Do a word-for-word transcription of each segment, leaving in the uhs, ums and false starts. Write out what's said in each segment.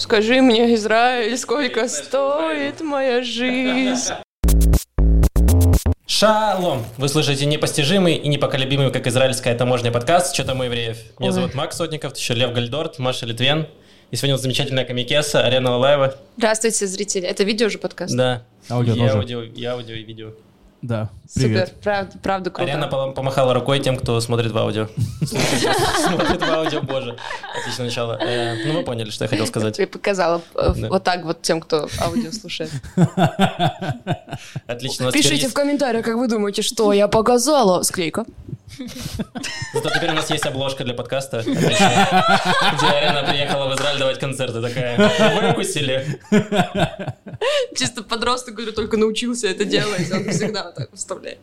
Скажи мне, Израиль, сколько стоит моя жизнь? Шалом! Вы слушаете непостижимый и непоколебимый, как израильская таможня, подкаст «Что там у евреев?». Меня Ой. зовут Макс Сотников, еще Лев Гальдорт, Маша Литвен. И сегодня вот замечательная комикесса Арена Лалаева. Здравствуйте, зрители. Это видео же подкаст? Да. Аудио и, тоже. аудио, и аудио, и видео. Да, привет. Супер, правда, правда круто. Арена пом- помахала рукой тем, кто смотрит в аудио. Смотрит в аудио, боже. Отличное начало. Э, Ну, вы поняли, что я хотел сказать. Я показала э, Да. вот так вот тем, кто аудио слушает. Отлично. У нас теперь Пишите есть- в комментариях, как вы думаете, что я показала. Склейка. Зато теперь у нас есть обложка для подкаста, отличная, где Арена приехала в Израиль давать концерты. Такая, выкусили. Чисто подросток, говорю, только научился это делать. Он всегда вот так вставляет.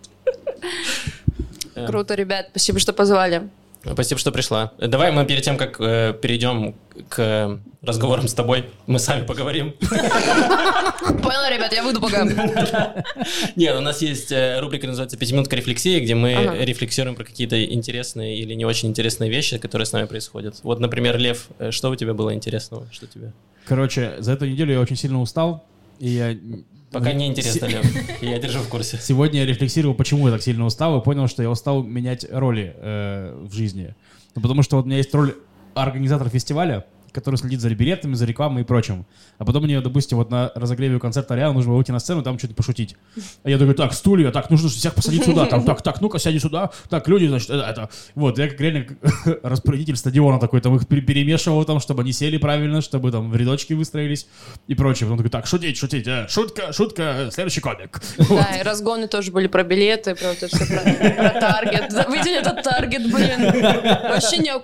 Э. Круто, ребят. Спасибо, что позвали. Спасибо, что пришла. Давай мы перед тем, как э, перейдем к разговорам с тобой, мы сами поговорим. Поняла, ребят, я выйду пока. Нет, у нас есть э, рубрика, называется «Пятиминутка рефлексии», где мы Ага. рефлексируем про какие-то интересные или не очень интересные вещи, которые с нами происходят. Вот, например, Лев, э, что у тебя было интересного? Что тебе? Короче, за эту неделю я очень сильно устал, и я... Пока ну, не интересно, се- Лев. Я держу в курсе. Сегодня я рефлексировал, почему я так сильно устал, и понял, что я устал менять роли э, в жизни. Ну, потому что вот у меня есть роль организатора фестиваля, который следит за билетами, за рекламой и прочим. А потом мне, допустим, вот на разогреве концерта Арианы нужно выйти на сцену, там что-то пошутить. А я такой, так, стулья, так, нужно всех посадить сюда, там, так, так, ну-ка, сяди сюда, так, люди, значит, это, это. Вот, я как реально как распорядитель стадиона такой, там их пере- перемешивал, там, чтобы они сели правильно, чтобы там в рядочки выстроились и прочее. Потом такой, так, шутить, шутить, э, шутка, шутка, следующий комик. Вот. Да, и разгоны тоже были про билеты, про вот это все, про, про таргет. Да, видели этот таргет, блин, вообще не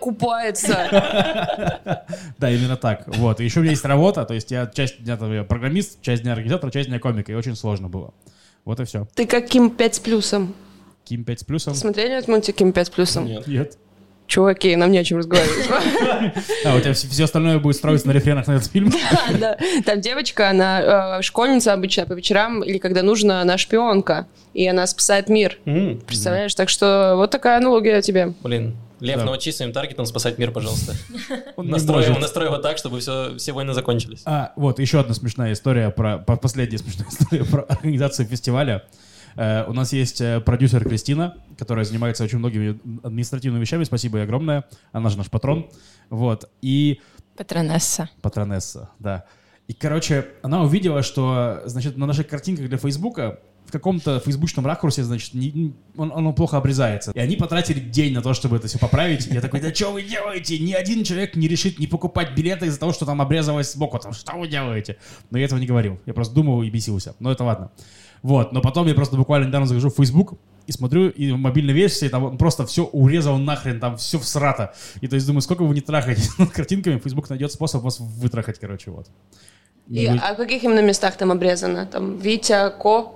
окупается. Да, именно так. Вот. И еще у меня есть работа, то есть я часть дня там, я программист, часть дня организатор, часть дня комика, и очень сложно было. Вот и все. Ты как Ким пять с плюсом. Ким пять с плюсом? Смотрели этот мультик Ким пять с плюсом? Нет. Нет. Чуваки, нам не о чем разговаривать. А, у тебя все, все остальное будет строиться на рефренах на этот фильм? Да, да. Там девочка, она э, школьница обычно по вечерам, или когда нужно, она шпионка, и она спасает мир. М, Представляешь? Так что вот такая аналогия тебе. Блин, Лев, Да. научи своим таргетом спасать мир, пожалуйста. Он не Настрой его, может. настрой его так, чтобы все, все войны закончились. А, вот, еще одна смешная история про... по- Последняя смешная история про организацию фестиваля. Э, у нас есть э, продюсер Кристина, которая занимается очень многими административными вещами. Спасибо ей огромное. Она же наш патрон. Вот. И... Патронесса. Патронесса, да. И, короче, она увидела, что, значит, на наших картинках для Фейсбука в каком-то фейсбучном ракурсе, значит, не- не- он, он плохо обрезается. И они потратили день на то, чтобы это все поправить. Я такой, да что вы делаете? Ни один человек не решит не покупать билеты из-за того, что там обрезалось сбоку. Там, что вы делаете? Но я этого не говорил. Я просто думал и бесился. Но это ладно. Вот. Но потом я просто буквально недавно захожу в Facebook и смотрю, и в мобильной версии там он просто все урезал нахрен, там все всрато. И то есть думаю, сколько вы не трахаетесь над картинками, Facebook найдет способ вас вытрахать, короче, вот. И, а в каких именно местах там обрезано? Там Витя, Ко?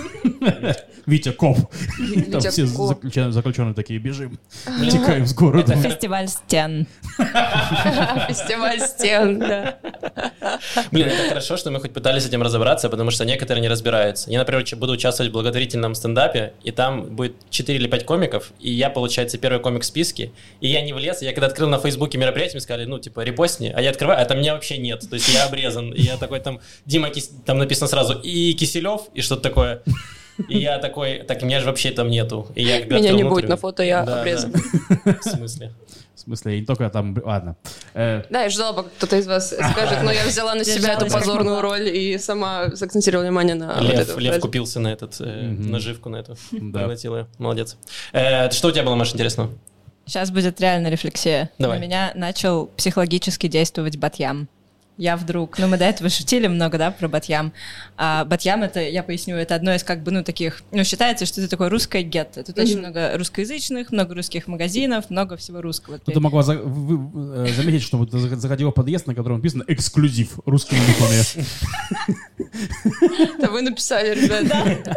Витя Коп. Витя Там все Коп. заключен- заключенные такие, бежим, утекаем с города. Фестиваль стен. Фестиваль стен, да. Блин, это хорошо, что мы хоть пытались с этим разобраться, потому что некоторые не разбираются. Я, например, ч- буду участвовать в благотворительном стендапе, и там будет четыре или пять комиков, и я, получается, первый комик в списке, и я не влез, я когда открыл на Фейсбуке мероприятие, мне сказали, ну, типа, репостни, а я открываю, а там меня вообще нет, то есть я обрезан, и я такой там, Дима, Кис... там написано сразу, и Киселев, и что-то такое. И я такой, так, меня же вообще там нету. И я, когда Меня открыл не внутрь- будет на фото, я Да, обрезан. да. В смысле? В смысле, я не только там... Ладно. Э, Да, я ждала, пока кто-то из вас скажет, но я взяла на себя эту Держалась как позорную могла. роль и сама сакцентировала внимание на вот Лев, эту Лев фразу. купился на этот, э, Мгм. наживку на эту. Да. Проглотил её. Молодец. Э, что у тебя было, Маша, интересного? Сейчас будет реально рефлексия. Давай. На меня начал психологически действовать Батьям. Я вдруг... Ну, мы до этого шутили много, да, про Батьям. А Батьям, это, я поясню, это одно из как бы, ну, таких... Ну, считается, что это такое русское гетто. Тут очень много русскоязычных, много русских магазинов, много всего русского. Кто-то могла за- вы- вы- э, заметить, что вот за- заходила в подъезд, на котором написано «эксклюзив» русскими буквами. Это вы написали, ребята.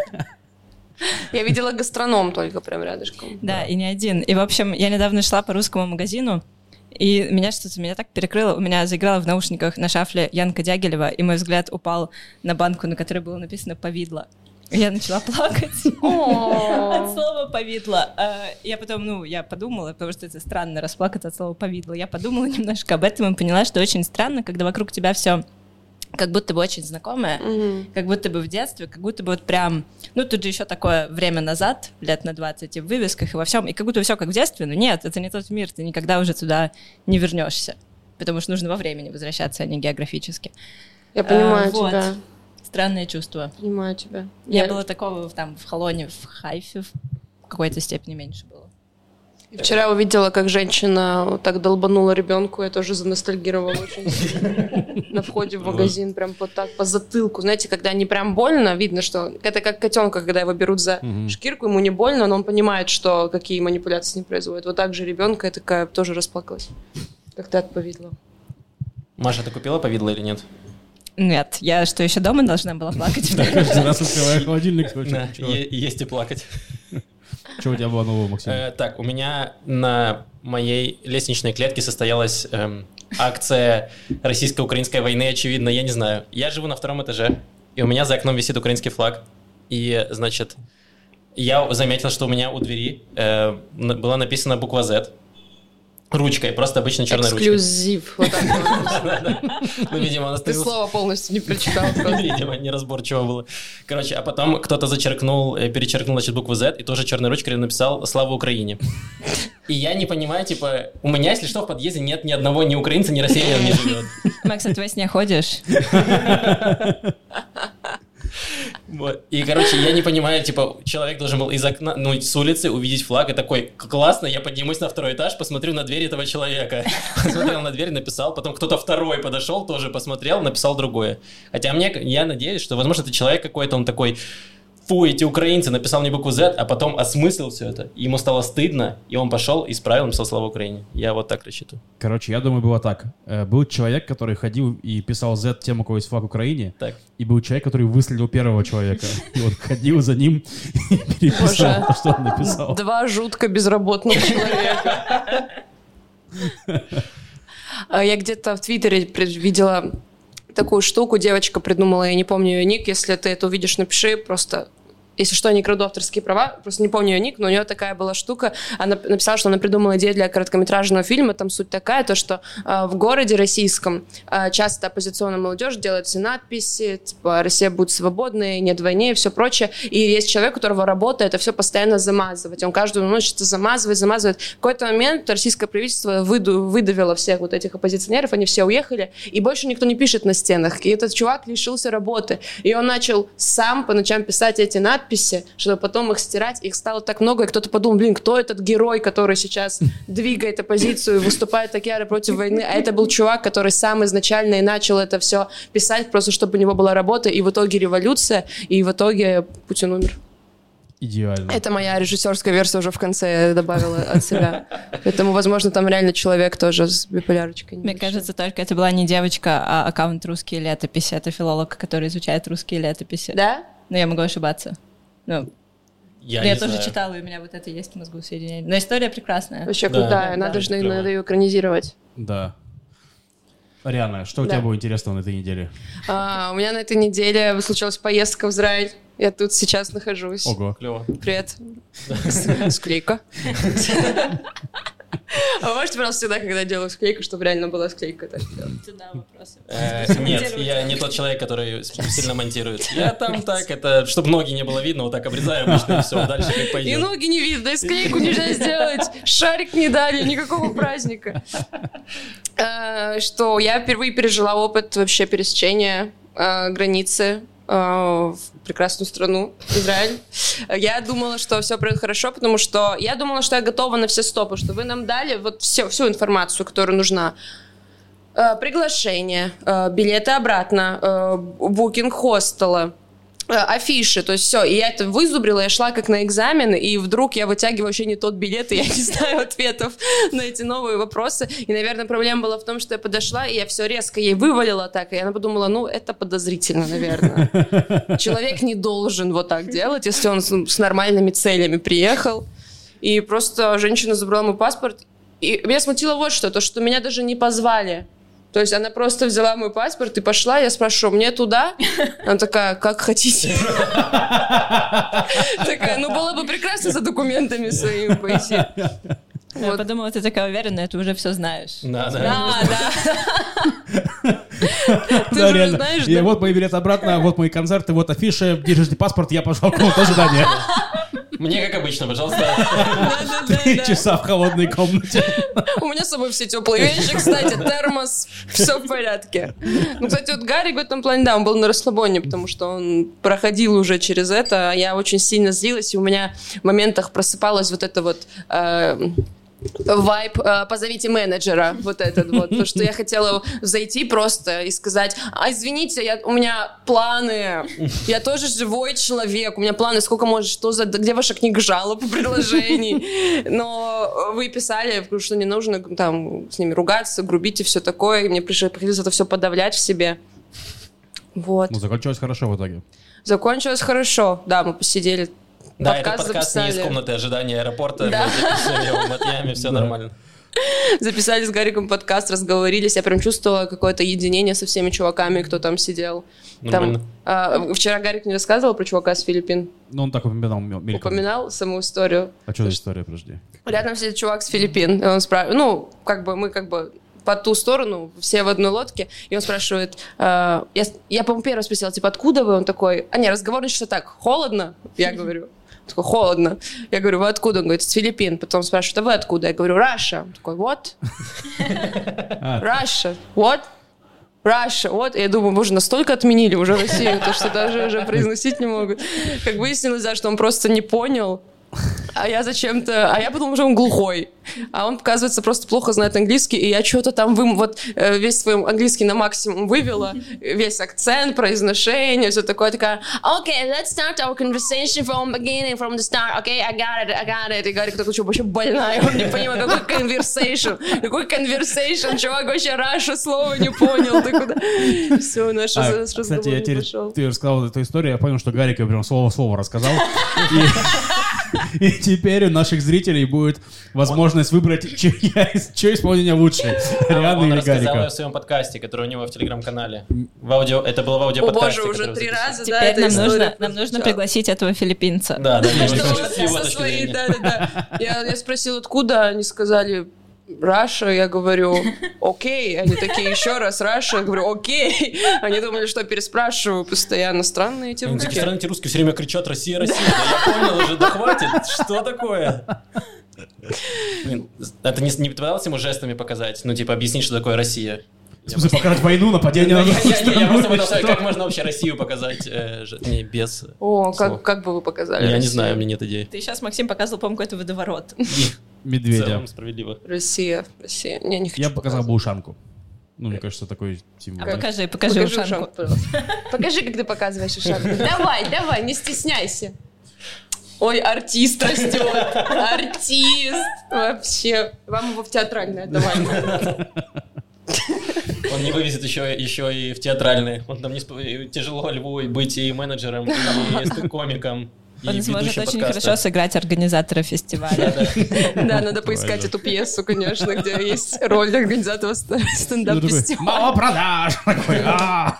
Я видела гастроном только прям рядышком. Да, и не один. И, в общем, я недавно шла по русскому магазину, и меня что-то меня так перекрыло. У меня заиграла в наушниках на шафле Янка Дягилева, и мой взгляд упал на банку, на которой было написано «Повидло». Я начала плакать от слова «повидло». Я потом, ну, я подумала, потому что это странно расплакаться от слова «повидло». Я подумала немножко об этом и поняла, что очень странно, когда вокруг тебя все как будто бы очень знакомое, mm-hmm. как будто бы в детстве, как будто бы вот прям... Ну, тут же еще такое время назад, лет на двадцать, и в вывесках, и во всем, и как будто все как в детстве, но нет, это не тот мир, ты никогда уже туда не вернешься, потому что нужно во времени возвращаться, а не географически. Я понимаю а, вот. тебя. Странное чувство. Понимаю тебя. Не Я... было такого там в Холоне, в Хайфе в какой-то степени меньше было. И вчера увидела, как женщина вот так долбанула ребенку, я тоже заностальгировала очень сильно. На входе в магазин, прям вот так по затылку. Знаете, когда не прям больно, видно, что это как котенка, когда его берут за шкирку, ему не больно, но он понимает, что какие манипуляции с ним производят. Вот так же ребенка, я такая тоже расплакалась. Как-то от повидла. Маша, ты купила повидло или нет? Нет, я что, еще дома должна была плакать? Каждый раз открываю холодильник. Есть и плакать. Что у тебя было нового, Максим? Так, у меня на моей лестничной клетке состоялась акция российско-украинской войны, очевидно, я не знаю. Я живу на втором этаже, и у меня за окном висит украинский флаг. И, значит, я заметил, что у меня у двери была написана буква Z. Ручкой, просто обычно черной ручкой. Эксклюзив. Вот так. Ну, видимо, он Ты слово полностью не прочитал. Видимо, неразборчиво было. Короче, а потом кто-то зачеркнул, перечеркнул, значит, букву Z и тоже черной ручкой написал «Слава Украине». И я не понимаю, типа, у меня, если что, в подъезде нет ни одного ни украинца, ни россиянина не живет. Макс, а ты во сне ходишь? Вот. И, короче, я не понимаю, типа, человек должен был из окна, ну, с улицы увидеть флаг и такой, классно, я поднимусь на второй этаж, посмотрю на дверь этого человека. Посмотрел на дверь, написал, потом кто-то второй подошел, тоже посмотрел, написал другое. Хотя мне, я надеюсь, что, возможно, это человек какой-то, он такой... Фу, эти украинцы, написал мне букву Z, а потом осмыслил все это. Ему стало стыдно, и он пошел, исправил, написал «Слава Украине». Я вот так рассчитываю. Короче, я думаю, было так. Был человек, который ходил и писал Z тем, у кого есть флаг Украине. Так. И был человек, который выследил первого человека. И вот ходил за ним и переписал, что он написал. Два жутко безработных человека. Я где-то в Твиттере видела... такую штуку девочка придумала, я не помню ее ник, если ты это увидишь, напиши, просто, если что, я не краду авторские права, просто не помню ее ник, но у нее такая была штука, она написала, что она придумала идею для короткометражного фильма, там суть такая, то, что э, в городе российском э, часто оппозиционная молодежь делает все надписи, типа, Россия будет свободной, нет войны и все прочее, и есть человек, у которого работа это все постоянно замазывать, он каждую ночь это замазывает, замазывает. В какой-то момент российское правительство выду, выдавило всех вот этих оппозиционеров, они все уехали, и больше никто не пишет на стенах, и этот чувак лишился работы, и он начал сам по ночам писать эти надписи, чтобы потом их стирать. Их стало так много, и кто-то подумал, блин, кто этот герой, который сейчас двигает оппозицию, выступает так яро против войны, а это был чувак, который сам изначально и начал это все писать, просто чтобы у него была работа, и в итоге революция, и в итоге Путин умер. Идеально. Это моя режиссерская версия уже в конце добавила от себя. Поэтому, возможно, там реально человек тоже с биполярочкой. Мне кажется, только это была не девочка, а аккаунт «Русские летописи». Это филолог, который изучает русские летописи. Да? Но я могу ошибаться. Ну, я, я не тоже знаю. читала, и у меня вот это есть в мозгу соединение. Но история прекрасная. Вообще да, крутая, да, надо, да, же, надо ее экранизировать. Да. Рианна, что у да. тебя было интересного на этой неделе? А, у меня на этой неделе случилась поездка в Израиль. Я тут сейчас нахожусь. Ого. Клево. Привет. Склейка. А вы можете, пожалуйста, всегда, когда делаю склейку, чтобы реально была склейка? Сюда вопросы. Нет, я не тот человек, который сильно монтирует. Я там так, это, чтобы ноги не было видно, вот так обрезаю обычно, и все, дальше как пойдет. И ноги не видно, и склейку нельзя сделать, шарик не дали, никакого праздника. Что я впервые пережила опыт вообще пересечения границы в прекрасную страну, Израиль. Я думала, что все пройдет хорошо, потому что я думала, что я готова на все стопы, что вы нам дали вот все, всю информацию, которая нужна. Приглашение, билеты обратно, букинг хостела, афиши, то есть все. И я это вызубрила, я шла как на экзамен, и вдруг я вытягиваю вообще не тот билет, и я не знаю ответов на эти новые вопросы. И, наверное, проблема была в том, что я подошла, и я все резко ей вывалила так, и она подумала, ну, это подозрительно, наверное. Человек не должен вот так делать, если он с нормальными целями приехал. И просто женщина забрала мой паспорт, и меня смутило вот что, то, что меня даже не позвали То есть она просто взяла мой паспорт и пошла, я спрашиваю, мне туда? Она такая, как хотите. Такая, ну было бы прекрасно за документами своими пойти. Я вот. подумала, ты такая уверенная, ты уже все знаешь. Да, да. Да, да. Ты Да, же реально. знаешь, И да? вот мои билеты обратно, вот мои концерты, вот афиши, держите паспорт, я пошел в комнату ожидания. Мне, как обычно, пожалуйста. Три часа в холодной комнате. У меня с собой все теплые вещи, кстати, термос, все в порядке. Ну, кстати, вот Гарик в этом плане, да, он был на расслабоне, потому что он проходил уже через это, а я очень сильно злилась, и у меня в моментах просыпалась вот это вот... э, вайб, э, позовите менеджера, вот этот вот, потому что я хотела зайти просто и сказать, а, извините, я, у меня планы, я тоже живой человек, у меня планы, сколько может, что за, где ваша книга жалоб, предложений, но вы писали, потому что не нужно там с ними ругаться, грубить и все такое, и мне пришлось, приходилось это все подавлять в себе, вот. Ну, закончилось хорошо в итоге. Закончилось хорошо, да, мы посидели. Да, подкаст это подкаст записали. не из комнаты ожидания аэропорта, Да. мы записывали его в Батьяме, все Да. нормально. Записали с Гариком подкаст, разговорились. Я прям чувствовала какое-то единение со всеми чуваками, кто там сидел. Нормально. Там, а, вчера Гарик мне рассказывал про чувака с Филиппин. Ну, он так упоминал мельком. Упоминал саму историю. А что за история, подожди? Рядом сидит чувак с Филиппин. И он спрашивает, ну, как бы мы как бы по ту сторону, все в одной лодке, и он спрашивает, э, я, я, по-моему, первый спросила, типа, откуда вы? Он такой, а не, разговор начался так, холодно? Я говорю, такой, холодно. Я говорю, вы откуда? Он говорит, с Филиппин. Потом спрашивает, а вы откуда? Я говорю, Russia. Он такой, what? Russia. What? Russia. Вот. И я думаю, боже, настолько отменили уже Россию, то, что даже уже произносить не могут. Как выяснилось, да, что он просто не понял. А я зачем-то... А я подумала, что он глухой. А он, оказывается, просто плохо знает английский, и я что-то там вы... вот э, весь свой английский на максимум вывела, весь акцент, произношение, все такое, такая, okay, let's start our conversation from beginning, from the start, okay, I got it, I got it. И Гарик такой, что, вообще больная, он не понимает, какой conversation, какой conversation, чувак вообще Russia слова не понял, ты куда? Все, наш А, разговор кстати, я не теперь, пошел. ты рассказал эту историю, я понял, что Гарик я прям слово-слово рассказал. И, и теперь у наших зрителей будет возможность выбрать, чье исполнение лучше, Рианы Он или рассказал Гарика. в своем подкасте, который у него в Телеграм-канале. В аудио, это было в О аудиоподкасте. боже, уже который три записал. раза, да, Теперь эта нам история нужно, нам нужно прозвучала. пригласить этого филиппинца. Да, да, Да, да, что с вот его со точки своей, зрения. да-да-да. Я, я спросила, откуда, они сказали, Раша, я говорю, окей, они такие, еще раз, Раша, я говорю, окей, они думали, что переспрашиваю постоянно, странные эти Они такие русские. странные русские все время кричат «Россия, Россия». Да я понял уже, да хватит, что такое? Блин, это не, не пытался ему жестами показать, ну типа объяснить, что такое Россия? В смысле, показать войну, нападение Я, на я, другую я, я страну просто или пытался, что? как можно вообще Россию показать э, ж- не без... О, слов. как, как бы вы показали Я не Россию? знаю, у меня нет идей. Ты сейчас, Максим, показывал, по-моему, какой-то водоворот. В Медведя. целом справедливо. Россия, Россия. Не, не хочу Я показал бы показывать. ушанку. Ну, мне кажется, такой символ. А покажи, покажи, Покажи ушанку. ушанку, пожалуйста. Покажи, как ты показываешь ушанку. Давай, давай, не стесняйся. Ой, артист растет. Артист. Вообще. Вам его в театральное давай. Он не вывезет еще, еще и в театральные. Он там не сп... и тяжело Льву и быть и менеджером, и стендкомиком, и Он сможет ведущим очень подкаста. хорошо сыграть организатора фестиваля. Да, надо поискать эту пьесу, конечно, где есть роль организатора ст- Ну, такой, стендап-фестиваля. мало продаж! Такой, «А».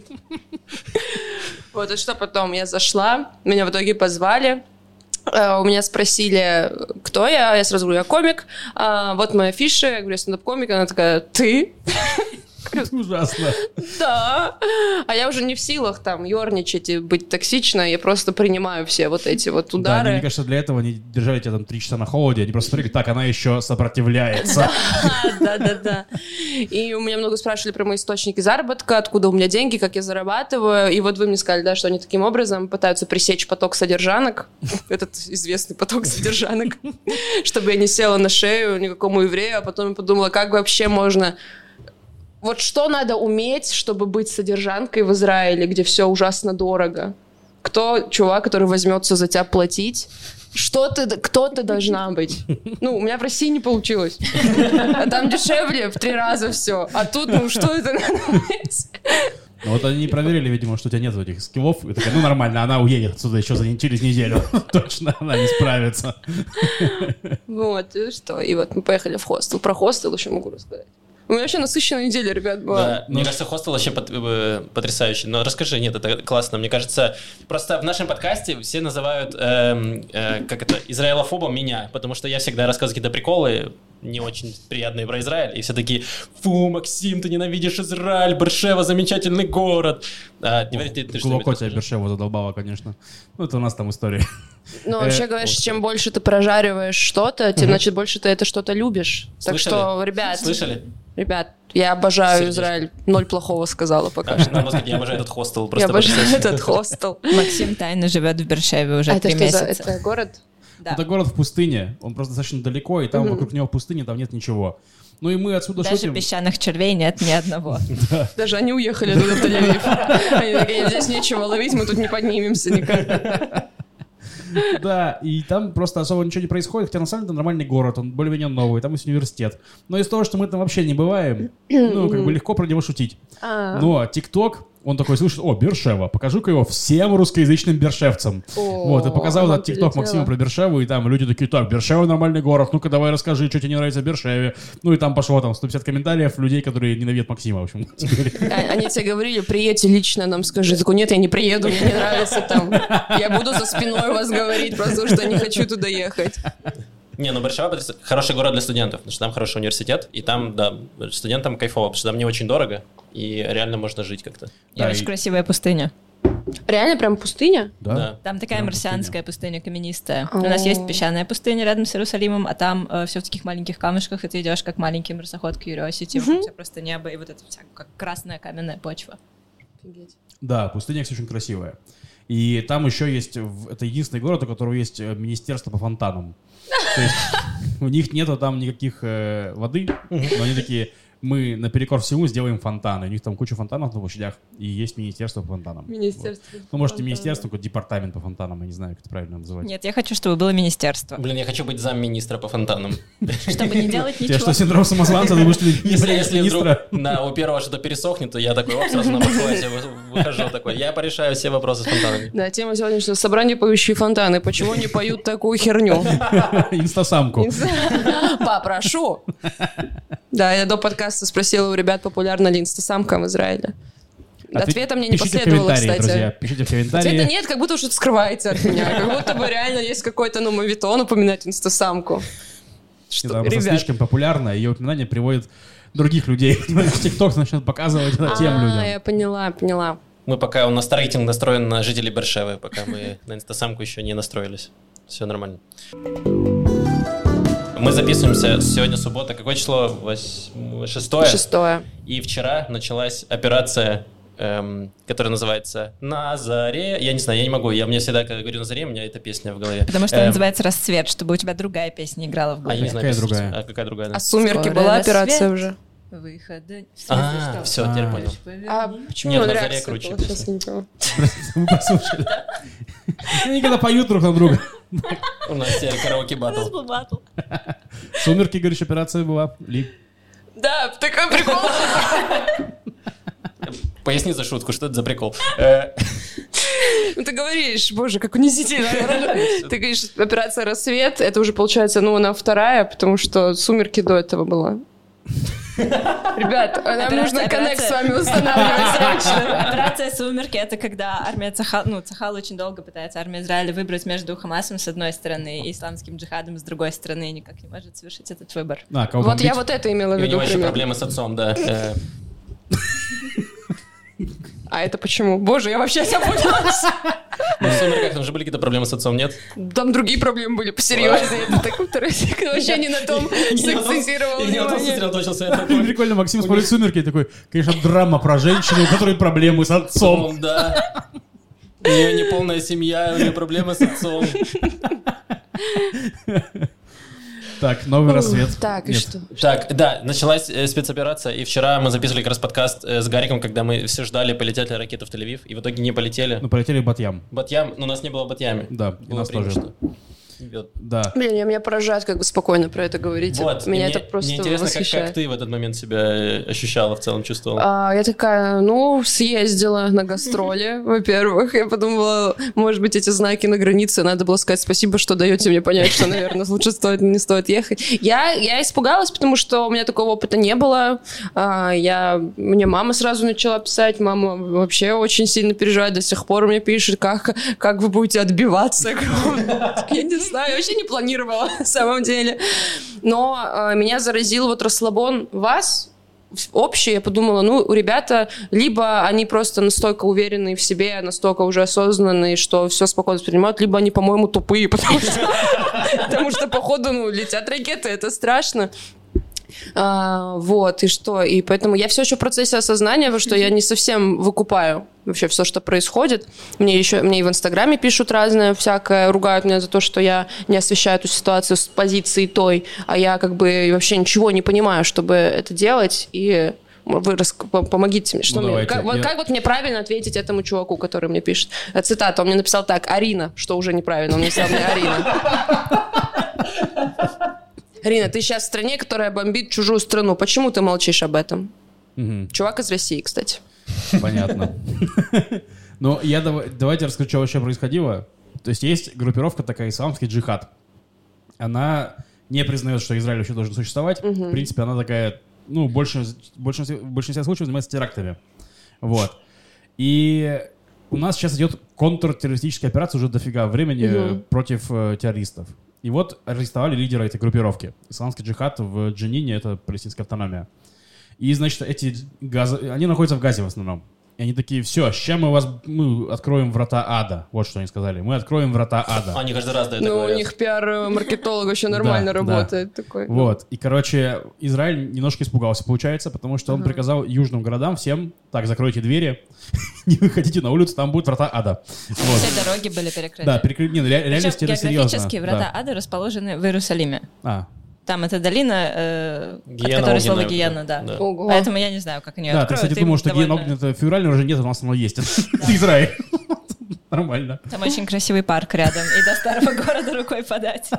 Вот, и что потом? Я зашла, меня в итоге позвали. Э, У меня спросили, кто я. Я сразу говорю, я комик. А, вот моя афиша. Я говорю, я стендап-комик. Она такая, ты? Ужасно. Да. А я уже не в силах там ерничать и быть токсичной. Я просто принимаю все вот эти вот Да, они, удары. мне кажется, для этого они держали тебя там три часа на холоде, они просто смотрели, так, она еще сопротивляется. Да, да, да. И у меня много спрашивали про мои источники заработка, откуда у меня деньги, как я зарабатываю. И вот вы мне сказали, да, что они таким образом пытаются пресечь поток содержанок, этот известный поток содержанок, чтобы я не села на шею никакому еврею, а потом я подумала, как вообще можно... Вот что надо уметь, чтобы быть содержанкой в Израиле, где все ужасно дорого? Кто чувак, который возьмется за тебя платить? Что ты, кто ты должна быть? Ну, у меня в России не получилось. А там дешевле в три раза все. А тут, ну, что это надо уметь? Ну, вот они проверили, видимо, что у тебя нет этих скиллов, и такая, ну нормально, она уедет отсюда еще за, через неделю. Точно она не справится. Вот, и что? И вот мы поехали в хостел. Про хостел еще могу рассказать. У меня вообще насыщенная неделя, ребят, была. Да, мне кажется, хостел вообще пот- э, потрясающий. Но расскажи, нет, это классно. Мне кажется, просто в нашем подкасте все называют, эм, э, как это, израилофобом меня, потому что я всегда рассказываю какие-то приколы не очень приятные про Израиль, и все такие: фу, Максим, ты ненавидишь Израиль, Бершева замечательный город. А, теперь ты, ты Глубоко тебя Бершева задолбала, конечно. Ну, это у нас там история. Ну, вообще, говоришь, чем больше ты прожариваешь что-то, тем, значит, больше ты это что-то любишь. Так что, ребят... Слышали? Ребят, я обожаю Сердечко. Израиль. Ноль плохого сказала пока А, что. надо сказать, я обожаю этот хостел. Я Просто обожаю потрясающе. этот хостел. Максим тайно живет в Бершеве уже А это три что за... месяца. Это город? Да. Это город в пустыне, он просто достаточно далеко, и там Мгм. вокруг него пустыни, там нет ничего. Ну и мы отсюда Даже шутим. песчаных червей нет ни одного. Даже они уехали туда, в Тель-Авив. Они такие: здесь нечего ловить, мы тут не поднимемся никак. Да, и там просто особо ничего не происходит, хотя на самом деле это нормальный город, он более-менее новый, там есть университет. Но из-за того, что мы там вообще не бываем, ну, как бы легко про него шутить. А. Но ТикТок, он такой слышит: о, Бершева, покажу-ка его всем русскоязычным бершевцам. О, Вот, и показал она этот ТикТок прилетела. Максиму про Бершеву, и там люди такие: так, Бершева нормальный город, ну-ка давай расскажи, что тебе не нравится в Бершеве. Ну и там пошло там сто пятьдесят комментариев людей, которые ненавидят Максима, в общем. А- Они тебе говорили: приедьте лично нам, скажи. Такой: нет, я не приеду, мне не нравится там. Я буду за спиной у вас говорить, просто что не хочу туда ехать. Не, ну Бершева потряс- хороший город для студентов, потому что там хороший университет, и там, да, студентам кайфово, потому что там не очень дорого, и реально можно жить как-то. И Да, очень и- красивая пустыня. Реально прям пустыня? Да? Там такая Прям марсианская пустыня, каменистая. У нас О. есть песчаная пустыня рядом с Иерусалимом, а там все в таких маленьких камушках, и ты идешь как маленький марсоход к Curiosity, вокруг тебя просто небо, и вот это вся как красная каменная почва. Да, пустыня, кстати, очень красивая. И там еще есть, в- это единственный город, у которого есть э, министерство по фонтанам. То есть у них нету там никаких э, воды, но они такие: мы наперекор всему сделаем фонтаны. У них там куча фонтанов на площадях, и есть министерство по фонтанам. Министерство. Вот. Ну, может, не министерство, какой департамент по фонтанам, я не знаю, как это правильно называть. Нет, я хочу, чтобы было министерство. Блин, я хочу быть замминистра по фонтанам. Чтобы не делать У тебя ничего. что, синдром самозванца? Думаешь, что ты не Если, будешь если вдруг министра? на, у первого что-то пересохнет, то я такой, оп, сразу на подхвате вы- выхожу такой. Я порешаю все вопросы с фонтанами. Да, тема сегодняшнего собрания: поющие фонтаны. Почему не поют такую херню? Инстасамку. Попрошу. Да, я до подкаста спросила у ребят, популярна ли инстасамка в Израиле. Ответ- Ответа мне не Пишите в последовало, комментарии, кстати. друзья, пишите в комментарии. Ответа нет, как будто что-то скрывается от меня. Как будто бы реально есть какой-то, ну, мовитон упоминать инстасамку. Что, Потому что ребят? слишком популярно, ее упоминание приводит других людей. ТикТок начнет показывать это тем А, людям. я поняла, поняла. Мы пока, у нас рейтинг настроен на жителей Бершевы, пока мы на инстасамку еще не настроились. Все нормально. Мы записываемся, сегодня суббота, какое число? Восьм- Шестое? Шестое. И вчера началась операция, эм, которая называется «На заре». Я не знаю, я не могу. Я мне всегда, когда говорю «На заре», у меня эта песня в голове. Потому что Эм, она называется «Расцвет», чтобы у тебя другая песня играла в А я не голове. знаю, Какая песня. другая? А какая другая? да? А «Сумерки» Скоро была рассвет. операция уже? Выхода. А, все, теперь А. понял. А почему Нет, он «На заре» реакцию круче была? Сейчас песня. не поняла. Мы послушали. Они когда поют друг на друга. У нас теперь караоке батл. Сумерки, говоришь, операция была. Ли. Да, такой прикол. Поясни за шутку, что это за прикол? Э, Ну, ты говоришь, боже, как унизительно. Ты говоришь, операция «Рассвет», это уже получается, ну, она вторая, потому что «Сумерки» до этого была. Ребят, нам Операция- нужно коннект с операция- вами устанавливать срочно. Операция «Сумерки» — это когда армия Цахал, ну, Цахал очень долго пытается, армия Израиля, выбрать между Хамасом с одной стороны и исламским джихадом с другой стороны, и никак не может совершить этот выбор. А, кого Вот я бомбить? вот это имела в И у виду него еще пример. проблемы с отцом, да. Э, А это почему? Боже, я вообще запуталась. Ну, в «Сумерках» там же были какие-то проблемы с отцом, нет? Там другие проблемы были посерьезнее. Это так второстепенно, вообще не на том Не на том- сакцентировал и не на том внимание. сосредоточился. Я такой, Прикольно, Максим смотрит «Сумерки» и такой: конечно, драма про женщину, у которой проблемы с отцом. «Отцом», да. У нее неполная семья, у нее проблемы с отцом. Так, новый рассвет. Так, и Нет. что? Так, да, началась э, спецоперация, и вчера мы записывали как раз подкаст э, с Гариком, когда мы все ждали, полетят ли ракеты в Тель-Авив, и в итоге не полетели. Ну, полетели в Батьям. Батьям, но у нас не было в Батьяме. Да, и Было нас тоже. преимущество. Да. Блин, я меня поражает, как вы спокойно про это говорите. Вот. Меня мне, это просто мне интересно, как, восхищает. как ты в этот момент себя ощущала, в целом чувствовала? А, я такая, ну, съездила на гастроли, во-первых. Я подумала, может быть, эти знаки на границе, надо было сказать спасибо, что даете мне понять, что, наверное, лучше стоит, не стоит ехать. Я, я испугалась, потому что у меня такого опыта не было. А, я, мне мама сразу начала писать, мама вообще очень сильно переживает, до сих пор мне пишет, как, как вы будете отбиваться. Я не знаю, я вообще не планировала, на самом деле. Но а, меня заразил вот расслабон вас, общее. Я подумала, ну, ребята, либо они просто настолько уверенные в себе, настолько уже осознанные, что все спокойно воспринимают, либо они, по-моему, тупые, потому что, потому что походу, ну, летят ракеты, это страшно. А, вот, и что? И поэтому я все еще в процессе осознания, что я не совсем выкупаю вообще все, что происходит. Мне еще, мне и в Инстаграме пишут разное всякое, ругают меня за то, что я не освещаю эту ситуацию с позиции той, а я как бы вообще ничего не понимаю, чтобы это делать, и вы рас... помогите мне. Что ну, мне? Как, я... как вот мне правильно ответить этому чуваку, который мне пишет? Цитата, он мне написал так: Арина, что уже неправильно, он написал мне Арина. Арина, ты сейчас в стране, которая бомбит чужую страну. Почему ты молчишь об этом? Угу. Чувак из России, кстати. Понятно. Ну, я давайте расскажу, что вообще происходило. То есть есть группировка такая, исламский джихад. Она не признает, что Израиль вообще должен существовать. В принципе, она такая, ну, больше, в большинстве случаев занимается терактами. Вот. И у нас сейчас идет контртеррористическая операция уже дофига времени против террористов. И вот арестовали лидера этой группировки. Исламский джихад в Дженине, это палестинская автономия. И, значит, эти газы, они находятся в Газе в основном. И они такие, все, сейчас мы вас, мы откроем врата ада. Вот что они сказали. Мы откроем врата ада. Они каждый раз дают. Ну, у них пиар-маркетолог еще нормально работает. Такой. Вот. И, короче, Израиль немножко испугался, получается, потому что он приказал южным городам всем, так, закройте двери, не выходите на улицу, там будут врата ада. Все дороги были перекрыты. Да, перекрыты. Не, реально это серьезно. Географически врата ада расположены в Иерусалиме. А. Там эта долина, э, от которой слово Гиена, да. да. Поэтому я не знаю, как они да, откроют. Да, ты, кстати, думал, что Гиена огненная, это февральный уже нет, у нас оно есть. Это Израиль. Нормально. Там очень красивый парк рядом, и до старого города рукой подать.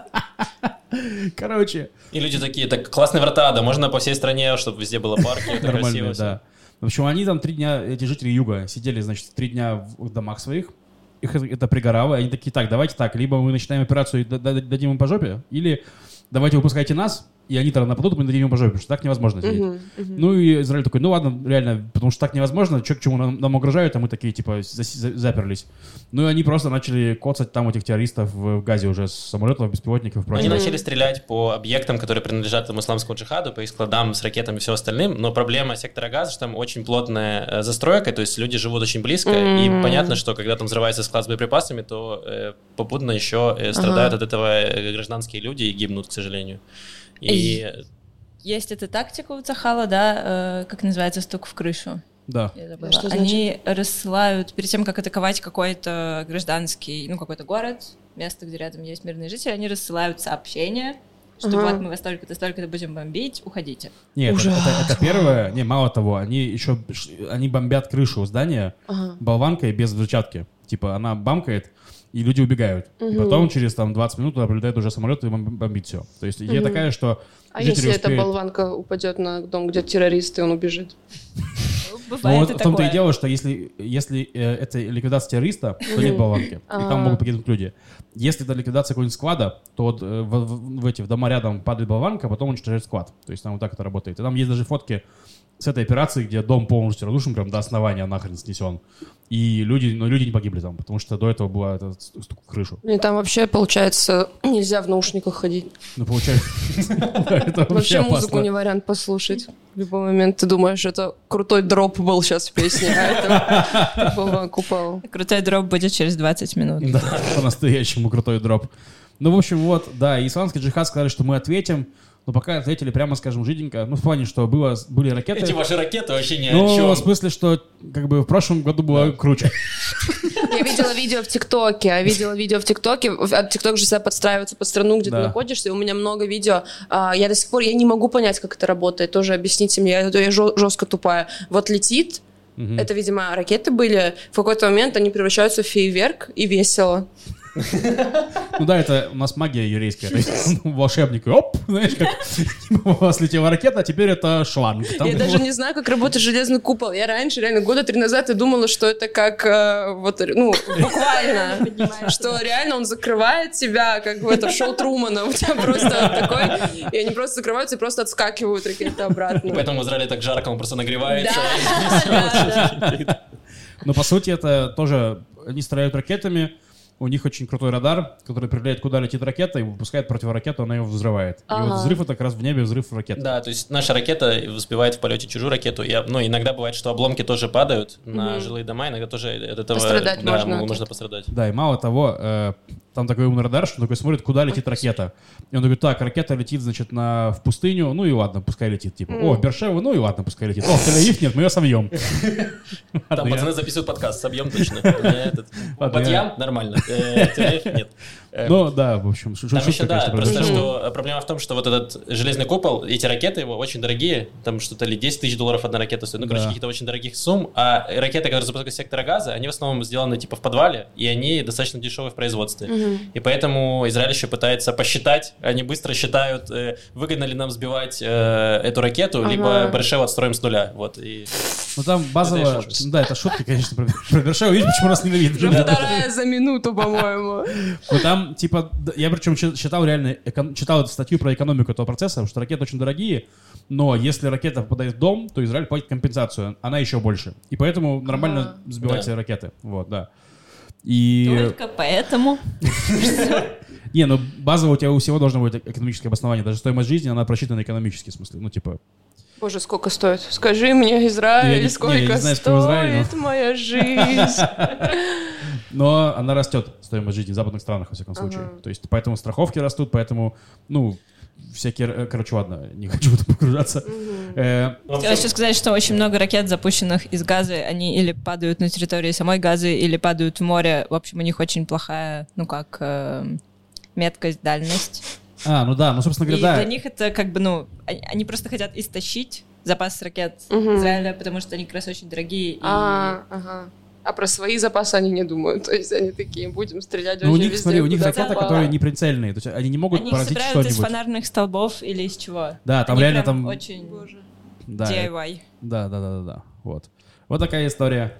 Короче. И люди такие, так классные врата ада, можно по всей стране, чтобы везде было парки, это красиво. Да. В общем, они там три дня, эти жители юга, сидели, значит, три дня в домах своих. Их это пригорало, и они такие, так, давайте так, либо мы начинаем операцию и дадим им по жопе, или давайте выпускайте нас, и они тогда нападут, мы дадим им по жопе, потому что так невозможно сидеть. Uh-huh, uh-huh. Ну и Израиль такой, ну ладно, реально, потому что так невозможно, что к чему нам, нам угрожают, а мы такие, типа, за- за- заперлись. Ну и они просто начали коцать там этих террористов в Газе уже с самолетов, беспилотников. Они uh-huh. начали стрелять по объектам, которые принадлежат этому исламскому джихаду, по их складам с ракетами и всем остальным, но проблема сектора Газа, что там очень плотная застройка, то есть люди живут очень близко, uh-huh. и понятно, что когда там взрывается склад с боеприпасами, то э, попутно еще э, страдают uh-huh. от этого гражданские люди и гибнут, к сожалению. И... Есть эта тактика у Цахала, да, э, как называется, стук в крышу. Да. Что Они рассылают, перед тем, как атаковать какой-то гражданский, ну, какой-то город, место, где рядом есть мирные жители, они рассылают сообщения, что ага. вот мы вас столько-то, столько-то будем бомбить, уходите. Нет, это, это, это первое, не, мало того, они еще, они бомбят крышу здания ага. болванкой без взрывчатки. Типа она бамкает, и люди убегают. Угу. И потом через там, двадцать минут туда прилетает уже самолет и бомбит все. То есть идея угу. такая, что а если успеют... эта болванка упадет на дом, где террористы, он убежит? Бывает ну, и в том-то такое. и дело, что если, если э, это ликвидация террориста, то нет болванки. И там могут погибнуть люди. Если это ликвидация какого-нибудь склада, то вот, э, в, в, в эти в дома рядом падает болванка, а потом уничтожает склад. То есть там вот так это работает. И там есть даже фотки с этой операции, где дом полностью разрушен, прям до основания нахрен снесен. И люди, ну, люди не погибли там, потому что до этого была эта стук в крышу. И там вообще, получается, нельзя в наушниках ходить. Ну, получается... Вообще музыку не вариант послушать. В любой момент ты думаешь, это крутой дроп был сейчас в песне, а это купал. Крутой дроп будет через двадцать минут. Да, по-настоящему крутой дроп. Ну, в общем, вот, да, исламский джихад сказали, что мы ответим. Но пока ответили прямо, скажем, жиденько. Ну, в плане, что было, были ракеты. Эти ваши ракеты вообще ни о ну, чем. Ну, в смысле, что как бы в прошлом году было да. круче. Я видела видео в ТикТоке, я видела видео в ТикТоке. ТикТок же всегда подстраивается под страну, где да. ты находишься. И у меня много видео. Я до сих пор я не могу понять, как это работает. Тоже объясните мне, я, я жестко тупая. Вот летит, угу. это, видимо, ракеты были. В какой-то момент они превращаются в фейерверк, и весело. Ну да, это у нас магия еврейская. То есть волшебник, оп, знаешь, как у вас летела ракета, а теперь это шланг. Я даже не знаю, как работает железный купол. Я раньше, реально, года три назад, я думала, что это как, вот, ну, буквально, что реально он закрывает тебя, как в это шоу Трумана. У тебя просто такой, и они просто закрываются и просто отскакивают ракеты обратно. Поэтому в Израиле так жарко, он просто нагревается. Но по сути это тоже, они стреляют ракетами, у них очень крутой радар, который определяет, куда летит ракета, и выпускает противоракету, она ее взрывает. Ага. И вот взрыв — это как раз в небе взрыв ракеты. Да, то есть наша ракета сбивает в полете чужую ракету. И, ну, иногда бывает, что обломки тоже падают mm-hmm. на жилые дома, иногда тоже от этого пострадать да, можно. можно пострадать. Да, и мало того, э, там такой умный радар, что он такой смотрит, куда летит ракета. И он говорит, так, ракета летит, значит, на, в пустыню, ну и ладно, пускай летит. Типа, mm. о, в Бершеву, ну и ладно, пускай летит. О, в Тель-Авив, нет, мы ее собьем. Там пацаны записывают подкаст, собьем точно. Батьям нормально, Тель-Авив нет. Ну да, в общем, шутка, Там еще, да, просто что проблема в том, что вот этот железный купол, эти ракеты его очень дорогие, там что-то ли десять тысяч долларов одна ракета стоит, ну, короче, каких-то очень дорогих сумм, а ракеты, которые запускают с сектора газа, они в основном сделаны типа в подвале, и они достаточно дешевые в производстве. Mm-hmm. И поэтому Израиль еще пытается посчитать, они быстро считают, э, выгодно ли нам сбивать э, эту ракету, ага. либо Бершеву отстроим с нуля. Вот, и... Ну там базово, да, это шутки, конечно, про, про Бершеву, видишь, почему нас ненавидят. Вторая за минуту, по-моему. Ну там, типа, я причем читал реально, читал эту статью про экономику этого процесса, что ракеты очень дорогие, но если ракета попадает в дом, то Израиль платит компенсацию, она еще больше. И поэтому нормально а, сбиваются да. ракеты. Вот, да. И... Только поэтому. Не, ну базово у тебя у всего должно быть экономическое обоснование. Даже стоимость жизни, она просчитана экономически, в смысле. Ну, типа... Боже, сколько стоит? Скажи мне, Израиль, не, сколько не, не знаю, стоит Израиль, но... моя жизнь? Но она растет, стоимость жизни в западных странах, во всяком случае. Ага. То есть поэтому страховки растут, поэтому, ну, всякие... Короче, ладно, не хочу в это погружаться. Хотела еще сказать, что очень много ракет, запущенных из Газы, они или падают на территории самой Газы, или падают в море. В общем, у них очень плохая, ну как, э, меткость, дальность. А, ну да, ну, собственно говоря, и да. для них это как бы, ну, они, они просто хотят истощить запас ракет угу. Израиля, потому что они как раз очень дорогие. А, и... ага. А про свои запасы они не думают. То есть они такие, будем стрелять ну, вообще у них, везде. Смотри, у них ракеты, которые не прицельные. То есть они не могут они поразить что-нибудь. Они их собирают из фонарных столбов или из чего. Да, там они реально там... очень Боже. Да, ди ай вай. Да, да, да, да, да. Вот. Вот такая история.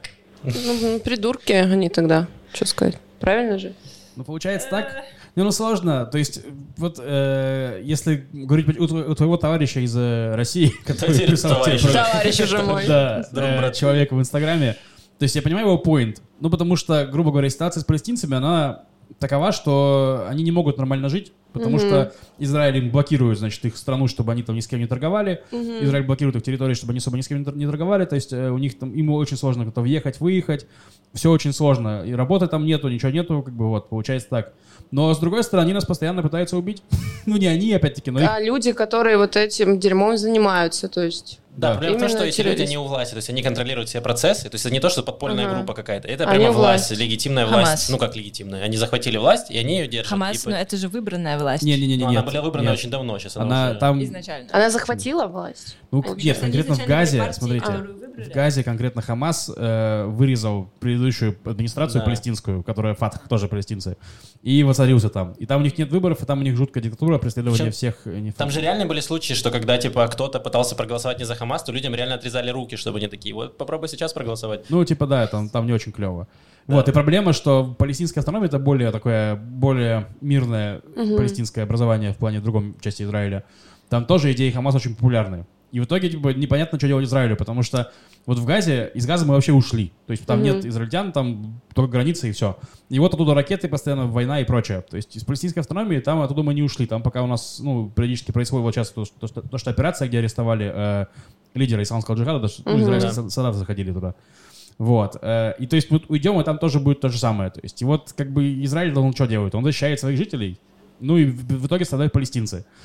Ну, придурки они тогда. Что сказать? Правильно же? Ну, получается так... Не, ну сложно. То есть, вот э, если говорить у, у твоего товарища из э, России, который писал тебе... Товарищ уже мой. Да, э, человека в Инстаграме. То есть я понимаю его поинт. Ну, потому что, грубо говоря, ситуация с палестинцами, она такова, что они не могут нормально жить, потому mm-hmm. что Израиль им блокирует, значит, их страну, чтобы они там ни с кем не торговали. Mm-hmm. Израиль блокирует их территории, чтобы они особо ни с кем не торговали. То есть э, у них там, им очень сложно как-то въехать, выехать. Все очень сложно. И работы там нету, ничего нету, как бы вот, получается так. Но, с другой стороны, они нас постоянно пытаются убить. Ну, не они, опять-таки, но их... А люди, которые вот этим дерьмом занимаются, то есть... Да, да. Проблема в том, что эти люди не у власти, то есть они контролируют все процессы, то есть это не то, что подпольная ага. группа какая-то, это они прямо власть, власть, легитимная Хамас. власть, ну как легитимная, они захватили власть, и они ее держат. Хамас, и... но это же выбранная власть. Не-не-не, она была выбрана нет. очень давно, сейчас она, она уже... там... Изначально. Она захватила власть? Ну, нет, конкретно в Газе, смотрите, а, в Газе конкретно Хамас э, вырезал предыдущую администрацию да. палестинскую, которая Фатх, тоже палестинцы, и воцарился там. И там у них нет выборов, и там у них жуткая диктатура, преследование всех... Не там же реально были случаи, что когда, типа, кто-то пытался проголосовать не за Хамас, то людям реально отрезали руки, чтобы они такие, вот попробуй сейчас проголосовать. Ну, типа, да, там, там не очень клево. Да. Вот, и проблема, что палестинская автономия — это более такое, более мирное угу. палестинское образование в плане другой части Израиля. Там тоже идеи Хамаса очень популярны. И в итоге, типа, непонятно, что делать Израилю, потому что вот в Газе, из Газа мы вообще ушли. То есть там mm-hmm. нет израильтян, там только границы и все. И вот оттуда ракеты, постоянно война и прочее. То есть из палестинской автономии там оттуда мы не ушли. Там пока у нас, ну, периодически происходит вот сейчас то, то, что, то, что операция, где арестовали э, лидера исламского джихада, даже, mm-hmm. ну, израильские yeah. солдаты заходили туда. Вот. Э, и то есть мы уйдем, и там тоже будет то же самое. То есть и вот как бы Израиль, он что делает? Он защищает своих жителей, ну и в, в итоге страдают палестинцы.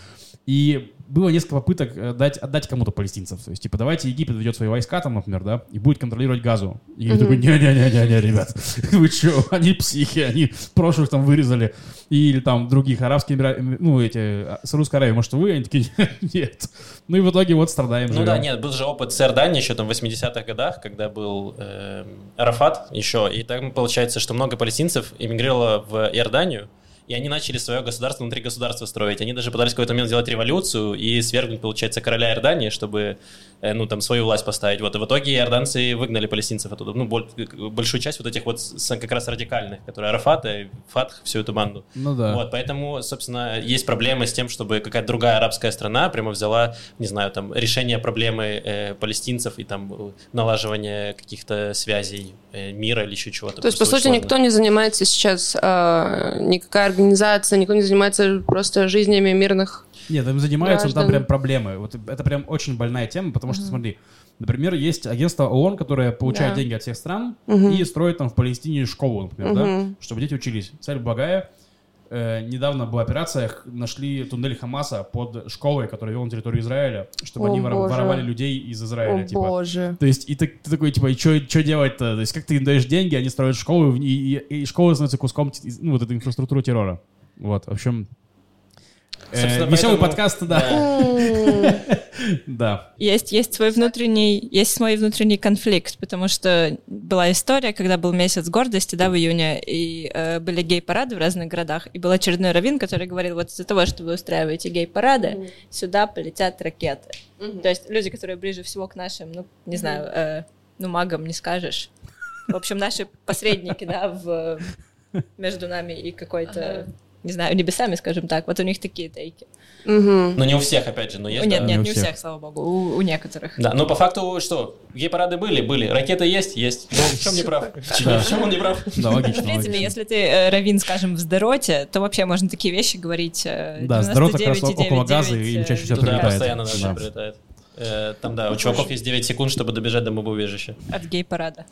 И было несколько попыток дать, отдать кому-то палестинцев. То есть, типа, давайте Египет ведет свои войска там, например, да, и будет контролировать Газу. И я mm-hmm. такой, не-не-не-не, ребят, вы что, они психи, они прошлых там вырезали. Или там других арабских эмиратов, ну, эти, с Русской Аравии, может, вы? Они такие, нет. Ну и в итоге вот страдаем. Ну живем. Да, нет, был же опыт с Иорданией еще там в восьмидесятых годах, когда был э, Арафат еще, и там получается, что много палестинцев эмигрировало в Иорданию, и они начали свое государство внутри государства строить. Они даже пытались в какой-то момент сделать революцию и свергнуть, получается, короля Иордании, чтобы, ну, там, свою власть поставить. Вот. И в итоге иорданцы выгнали палестинцев оттуда. Ну, большую часть вот этих вот как раз радикальных, которые Арафата, Фатх, всю эту банду. Ну да. Вот. Поэтому, собственно, есть проблемы с тем, чтобы какая-то другая арабская страна прямо взяла, не знаю, там, решение проблемы э, палестинцев и там налаживание каких-то связей э, мира или еще чего-то. То есть, по сути, сложно. Никто не занимается сейчас, э, никакая организация, никто не занимается просто жизнями мирных Нет, им занимаются, граждан. Там прям проблемы. Вот это прям очень больная тема, потому что, uh-huh. смотри, например, есть агентство ООН, которое получает да. деньги от всех стран uh-huh. и строит там в Палестине школу, например, uh-huh. да, чтобы дети учились. Цель благая. Э, недавно была операция, нашли туннель Хамаса под школой, которая вела на территорию Израиля, чтобы О, они вор- воровали людей из Израиля. О, типа. боже. То есть, и ты, ты такой, типа, и что делать-то? То есть, как ты им даешь деньги, они строят школу, и, и, и школа становится куском, ну, вот этой инфраструктуры террора. Вот, в общем... Э, веселый подкаст, да. Да. Есть, есть свой внутренний, есть свой внутренний конфликт, потому что была история, когда был месяц гордости, да, в июне, и э, были гей-парады в разных городах, и был очередной раввин, который говорил, вот из-за того, что вы устраиваете гей-парады, mm-hmm. сюда полетят ракеты. Mm-hmm. То есть люди, которые ближе всего к нашим, ну, не знаю, э, ну, магам не скажешь. В общем, наши посредники, да, в, между нами и какой-то... не знаю, небесами, скажем так. Вот у них такие тейки. Угу. Но не у всех, опять же. Но есть, нет, да? нет, не не у у всех. всех, слава богу. У, у некоторых. Да, но по факту что? Гей-парады были? Были. Ракеты есть? Есть. Ну, в чем не прав? В чем он не прав? Да, логично. В принципе, если ты э, раввин, скажем, в Сдероте, то вообще можно такие вещи говорить. Э, да, Сдерот как раз около газа, и им чаще всего туда прилетает. постоянно да. прилетает. Э, там, да, у чуваков есть девять секунд, чтобы добежать до бомбоубежища. От гей-парада.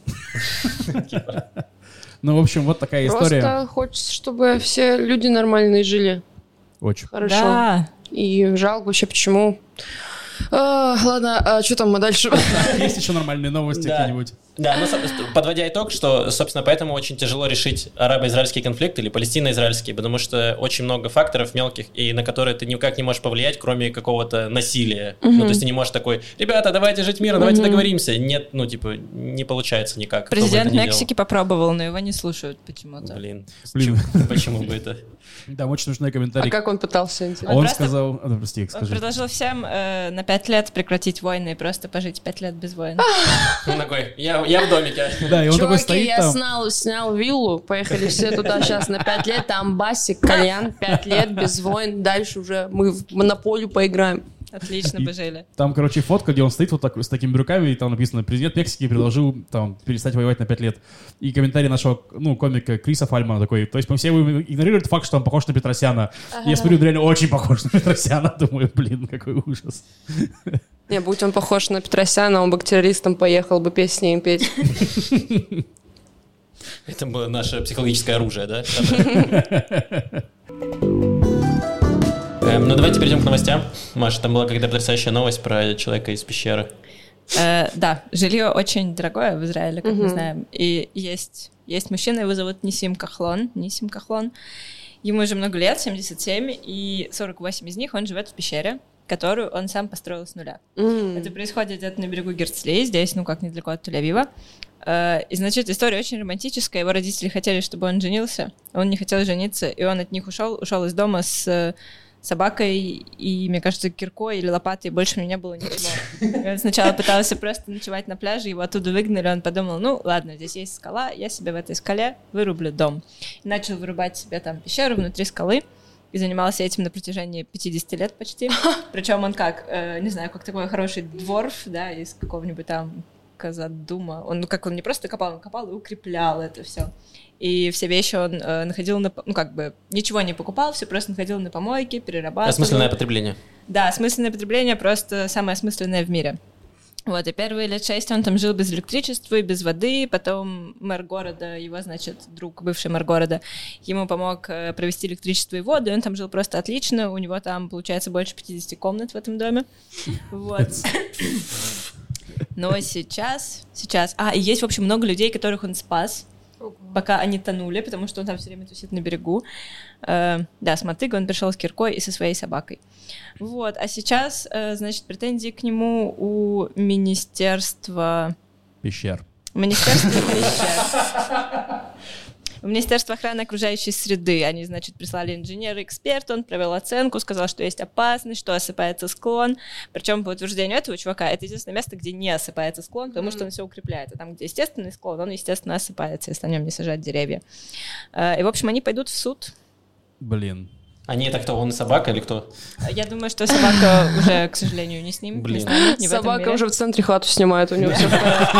Ну, в общем, вот такая история. Просто хочется, чтобы все люди нормальные жили. Очень. Хорошо. Да. И жалко вообще, почему... А, ладно, а что там дальше? Есть еще нормальные новости да. какие-нибудь? Да, ну, подводя итог, что, собственно, поэтому очень тяжело решить арабо-израильский конфликт или палестино-израильский, потому что очень много факторов мелких, и на которые ты никак не можешь повлиять, кроме какого-то насилия. Mm-hmm. Ну, то есть ты не можешь такой, ребята, давайте жить мирно, давайте mm-hmm. договоримся. Нет, ну, типа, не получается никак. Президент Мексики попробовал, но его не слушают почему-то. Блин, Блин. Почему бы это? Да, очень смешной комментарий. А как он пытался? Интересно? Он, он просто... сказал... А, прости, он предложил всем э, на пять лет прекратить войны и просто пожить пять лет без войн. Он такой, я, я в домике. Да, и он Чуваки, такой стоит я там. снял, снял виллу, поехали все туда сейчас на пять лет, там басик, кальян, пять лет без войн, дальше уже мы в монополию поиграем. Отлично бы жили. Там, короче, фотка, где он стоит вот так, с такими брюками, и там написано: президент Мексики предложил там перестать воевать на пять лет. И комментарий нашего, ну, комика Криса Фальмана такой: то есть мы все будем игнорировать факт, что он похож на Петросяна. Ага. Я смотрю, он реально очень похож на Петросяна. Думаю, блин, какой ужас. Не, будь он похож на Петросяна, он бы к террористам поехал бы песни им петь. Это было наше психологическое оружие, да? Ну, давайте перейдем к новостям. Маша, там была какая-то потрясающая новость про человека из пещеры. Э, да, жилье очень дорогое в Израиле, как мы знаем. И есть, есть мужчина, его зовут Нисим Кахлон. Нисим Кахлон. Ему уже много лет, семьдесят семь, и сорок восемь из них он живет в пещере, которую он сам построил с нуля. Mm. Это происходит где-то на берегу Герцлей, здесь, ну, как недалеко от Тель-Авива. И, значит, история очень романтическая. Его родители хотели, чтобы он женился. Он не хотел жениться, и он от них ушел, ушел из дома с собакой и, мне кажется, киркой или лопатой, и больше у меня не было ничего. Он сначала пытался просто ночевать на пляже, его оттуда выгнали, он подумал, ну, ладно, здесь есть скала, я себе в этой скале вырублю дом. И начал вырубать себе там пещеру внутри скалы, и занимался этим на протяжении пятьдесят лет почти. Причем он как, э, не знаю, как такой хороший дворф, да, из какого-нибудь там Казадума. Он, ну, как он не просто копал, он копал и укреплял это все. И все вещи он э, находил, на, ну, как бы, ничего не покупал, все просто находил на помойке, перерабатывал. Осмысленное потребление. Да, осмысленное потребление просто самое осмысленное в мире. Вот, и первые лет шесть он там жил без электричества и без воды, потом мэр города, его, значит, друг, бывший мэр города, ему помог э, провести электричество и воду, и он там жил просто отлично, у него там, получается, больше пятьдесят комнат в этом доме, вот. Но сейчас, сейчас, а, и есть, в общем, много людей, которых он спас, пока они тонули, потому что он там все время тусит на берегу. Э, да, с мотыгой он пришел с киркой и со своей собакой. Вот, а сейчас, э, значит, претензии к нему у Министерства... Пещер. Министерства пещер. У Министерства охраны окружающей среды. Они, значит, прислали инженера-эксперта, он провел оценку, сказал, что есть опасность, что осыпается склон. Причем, по утверждению этого чувака, это единственное место, где не осыпается склон, потому mm-hmm. что он все укрепляет. А там, где естественный склон, он, естественно, осыпается, если на нем не сажать деревья. И, в общем, они пойдут в суд. Блин. Они это кто, он и собака или кто? Я думаю, что собака уже, к сожалению, не с ним. Блин. Не собака уже в центре хату снимает, у него все в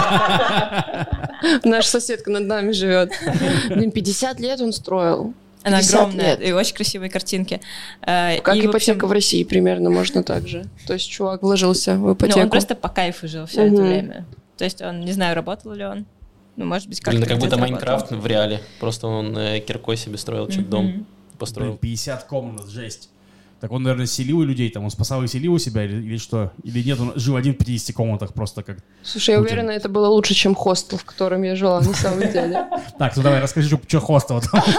порядке. Наша соседка над нами живет. Блин, пятьдесят лет он строил. Она огромная, и очень красивые картинки. Как и, ипотека в, общем... в России примерно можно так же. То есть чувак вложился в ипотеку. Ну, он просто по кайфу жил все угу. это время. То есть он, не знаю, работал ли он. Ну, может быть, как-то Блин, как будто Майнкрафт в реале. Просто он э, киркой себе строил чуть дом. Построил. Блин, пятьдесят комнат, жесть. Так он, наверное, селил людей, там, он спасал и селил у себя, или, или что? Или нет, он жил один в пятидесяти комнатах просто как... Слушай, я Путин. Уверена, это было лучше, чем хостел, в котором я жила, на самом деле. Так, ну давай, расскажи, что хостел.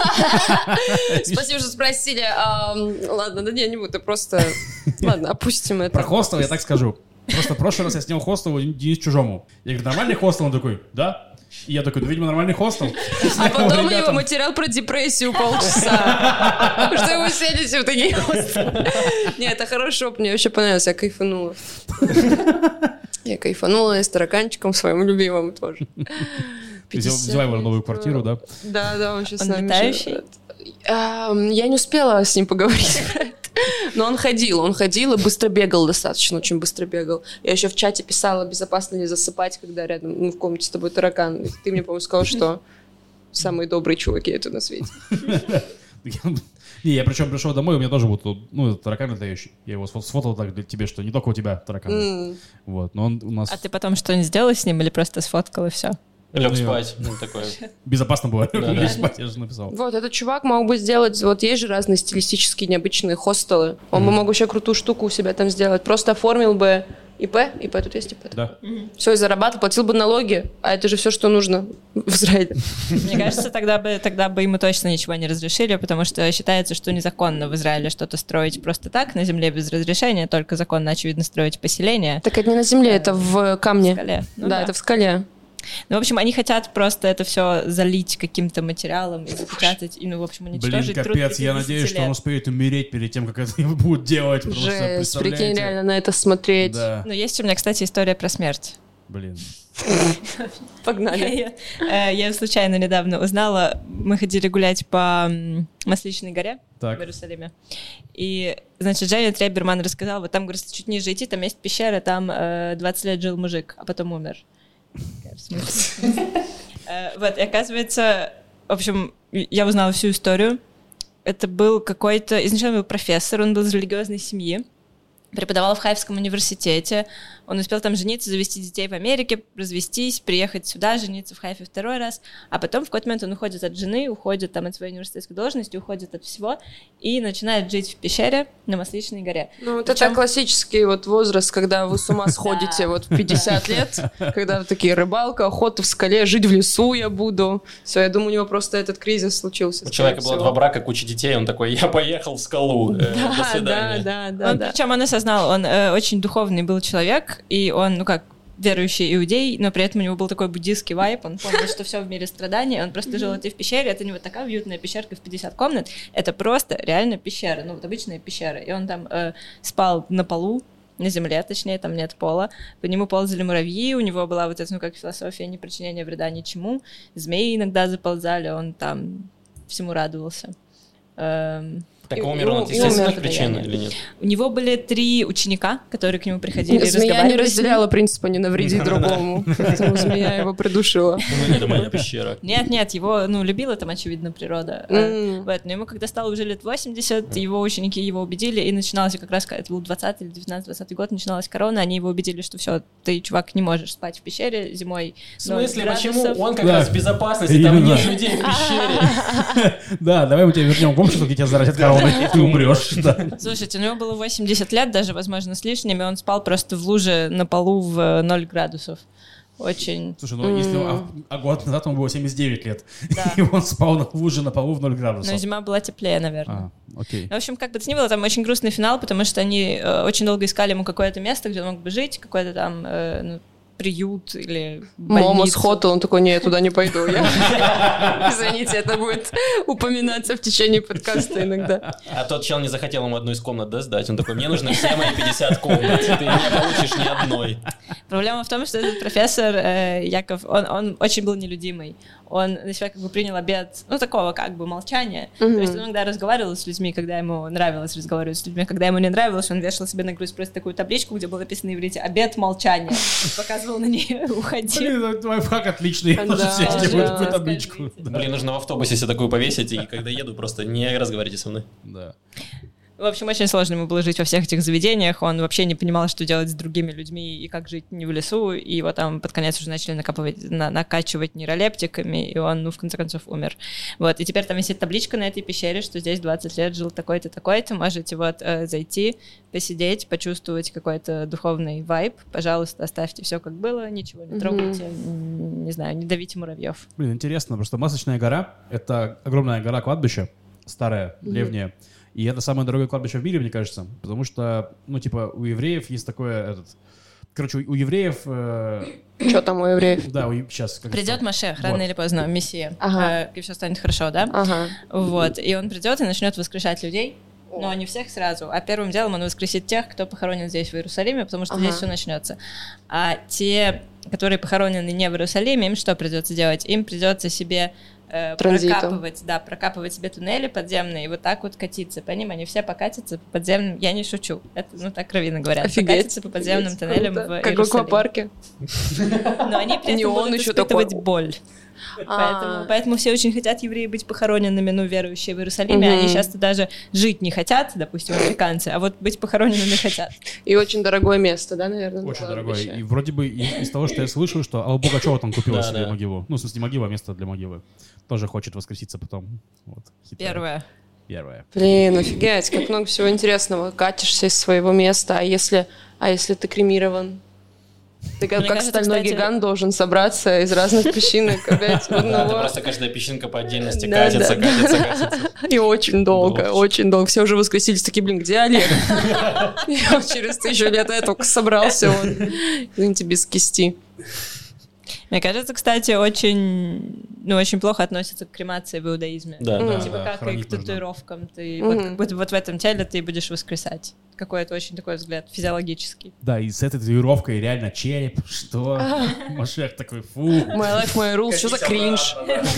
Спасибо, что спросили. Ладно, да не, не буду, просто... Ладно, опустим это. Про хостел я так скажу. Просто в прошлый раз я снял хостел Денис Чужому. Я говорю, нормальный хостел? Он такой, да. И я такой, ну, видимо, нормальный хостел. А потом у него материал про депрессию полчаса. Что его сели все в такие хостелы. Не, это хороший опыт, мне вообще понравилось, я кайфанула. Я кайфанула с тараканчиком своим любимым тоже. Ты взяла его на новую квартиру, да? Да, да, он сейчас с нами живет. Я не успела с ним поговорить про это. Но он ходил, он ходил и быстро бегал достаточно, очень быстро бегал. Я еще в чате писала, безопасно ли засыпать, когда рядом, ну, в комнате с тобой таракан. И ты мне, по-моему, сказал, что самые добрые чуваки это на свете. Не, я причем пришел домой, у меня тоже вот, ну, таракан летающий. Я его сфотал так для тебе, что не только у тебя таракан. Вот, но он у нас... А ты потом что-нибудь сделал с ним или просто сфоткал и все? Лег ну, спать, ну, такое. Безопасно было. Да, Лег да. спать, я же написал. Вот, этот чувак мог бы сделать, вот есть же разные стилистические необычные хостелы. Он mm. бы мог вообще крутую штуку у себя там сделать. Просто оформил бы ИП, ИП, тут есть ИП. Да. Mm. Все, и зарабатывал, платил бы налоги, а это же все, что нужно в Израиле. Мне кажется, тогда бы, тогда бы ему точно ничего не разрешили, потому что считается, что незаконно в Израиле что-то строить просто так, на земле без разрешения, только законно, очевидно, строить поселение. Так это не на земле, это в камне. В скале. Ну, да, да, это в скале. Ну, в общем, они хотят просто это все залить каким-то материалом и запечатать, и, ну, в общем, уничтожить. Блин, капец, я надеюсь, что он успеет умереть перед тем, как это будут делать. Жесть, прикинь, реально на это смотреть. Да. Ну, есть у меня, кстати, история про смерть. Блин. Погнали. Я, я случайно недавно узнала, мы ходили гулять по Масличной горе так. в Иерусалиме, и, значит, Женя Треберман рассказал, вот там, говорит, чуть ниже идти, там есть пещера, там э, двадцать лет жил мужик, а потом умер. Вот, и оказывается, в общем, я узнала всю историю. Это был какой-то, изначально был профессор, он был из религиозной семьи, преподавал в Хайфском университете, он успел там жениться, завести детей в Америке, развестись, приехать сюда, жениться в Хайфе второй раз, а потом в какой-то момент он уходит от жены, уходит там от своей университетской должности, уходит от всего и начинает жить в пещере на Масличной горе. Ну, вот Причем... это классический вот возраст, когда вы с ума сходите вот в пятьдесят лет, когда вы такие, рыбалка, охота в скале, жить в лесу я буду. Все, я думаю, у него просто этот кризис случился. У человека было два брака, куча детей, он такой, я поехал в скалу, до свидания. Да, да, да. Причем он осознал, он очень духовный был человек, и он, ну как, верующий иудей, но при этом у него был такой буддийский вайб, он понял, что все в мире страдания, он просто жил в пещере, это не вот такая уютная пещерка в пятьдесят комнат, это просто реально пещера, ну вот обычная пещера, и он там э, спал на полу, на земле, точнее, там нет пола, по нему ползали муравьи, у него была вот эта, ну как философия непричинения вреда ничему, змеи иногда заползали, он там всему радовался. Эм... Так И- умер он и- от и естественных умер. причин или нет? У него были три ученика, которые к нему приходили и Змея не разговаривали с ним. разделяла принципа «не навреди другому», поэтому змея его придушила. Ну, это моя пещера. Нет, нет, его, ну, любила там, очевидно, природа. М. Вот, но ему, когда стало уже лет восемьдесят, его ученики его убедили, и начиналось как раз, это был двадцатый или девятнадцатый-двадцатый год, начиналась корона, они его убедили, что все, ты, чувак, не можешь спать в пещере зимой. В смысле, почему? градусов. Он как Да. раз в безопасности, там Именно. нет людей в пещере. Да, давай мы тебя вернем в комнату, где тебя заразят короной, и ты умрешь. Да. Слушайте, у него было восемьдесят лет, даже, возможно, с лишним, и он спал просто в луже на полу в ноль градусов. Очень... Слушай, ну если он- а, а год назад ему было семьдесят девять лет, Да. и он спал на луже на полу в ноль Но градусов. зима была теплее, наверное. А, окей. В общем, как бы то ни было, там очень грустный финал, потому что они э, очень долго искали ему какое-то место, где он мог бы жить, какой-то там э, ну, приют или больницу. Момо схотал, он такой: «Не, я туда не пойду». Я- Извините, это будет упоминаться в течение подкаста иногда. А тот чел не захотел ему одну из комнат, да, сдать? Он такой: мне нужны все мои пятьдесят комнат, ты не получишь ни одной. Проблема в том, что этот профессор э, Яков, он, он очень был нелюдимый. Он на себя как бы принял обет, ну, такого как бы молчания. Мгм. То есть он иногда разговаривал с людьми, когда ему нравилось разговаривать с людьми. Когда ему не нравилось, он вешал себе на грудь просто такую табличку, где было написано на иврите «Обет молчания». Показывал на ней «Уходи». Блин, это лайфхак отличный. Да, Лучше всех да. сделают такую табличку. Да. Блин, нужно в автобусе себе такую повесить, и когда еду, просто не разговаривайте со мной. Да. В общем, очень сложно ему было жить во всех этих заведениях. Он вообще не понимал, что делать с другими людьми и как жить не в лесу. И его там под конец уже начали накапывать, на, накачивать нейролептиками, и он, ну, в конце концов, умер. Вот. И теперь там висит табличка на этой пещере, что здесь двадцать лет жил такой-то, такой-то. Можете вот э, зайти, посидеть, почувствовать какой-то духовный вайб. Пожалуйста, оставьте все как было, ничего не Мгм. трогайте, м, не знаю, не давите муравьев. Блин, интересно, потому что Масочная гора — это огромная гора-кладбище, старая, древняя. И это самое дорогое кладбище в мире, мне кажется. Потому что, ну, типа, у евреев есть такое, этот... Короче, у, у евреев... э, Что там у евреев? да, сейчас... как Придет это- Машех, Вот. рано или поздно, Мессия, Ага. э, и все станет хорошо, да? Ага. Вот, и он придет и начнет воскрешать людей, но не всех сразу, а первым делом он воскресит тех, кто похоронен здесь, в Иерусалиме, потому что Ага. здесь все начнется. А те, которые похоронены не в Иерусалиме, им что придется делать? Им придется себе э, Транзитом. прокапывать, да, прокапывать себе туннели подземные и вот так вот катиться, по ним они все покатятся по подземным, я не шучу, это, ну, так раввины говорят, Офигеть. покатятся по подземным Офигеть, туннелям круто. в Как в Иерусалим. аквапарке. Но они при Не этом он будут еще испытывать такой. боль. А. Поэтому, поэтому все очень хотят евреи быть похороненными, ну, верующие в Иерусалиме. Мгм. Они часто даже жить не хотят, допустим, американцы, а вот быть похороненными хотят. И очень дорогое место, да, наверное? на Очень кладбище? дорогой. И вроде бы из, из того, что я слышал, что Алла Пугачева там купила Да, себе да. могилу. Ну, в смысле, могила, место для могилы. Тоже хочет воскреситься потом. Вот. Хитрая. Первое. Первое. Блин, офигеть, как много всего интересного. Катишься из своего места, а если, а если ты кремирован? Ты как, Мне как кажется, стальной кстати- гигант должен собраться из разных песчинок опять в Да, это одного. просто каждая песчинка по отдельности Да, катится, да, катится, катится. И очень долго, Долго. очень долго. Все уже воскресились, такие: блин, где Олег? Я через тысячу лет я только собрался, вот. Извините, без кисти. Мне кажется, кстати, очень, ну, очень плохо относятся к кремации в иудаизме. Да, Мгм. да. Типа да, как и к хоронить нужно. татуировкам. Ты Мгм. вот, как будто вот в этом теле ты будешь воскресать. Какой-то очень такой взгляд физиологический. Да, и с этой татуировкой реально череп. Что? Машех такой, фу. My life, my rules. Что за кринж?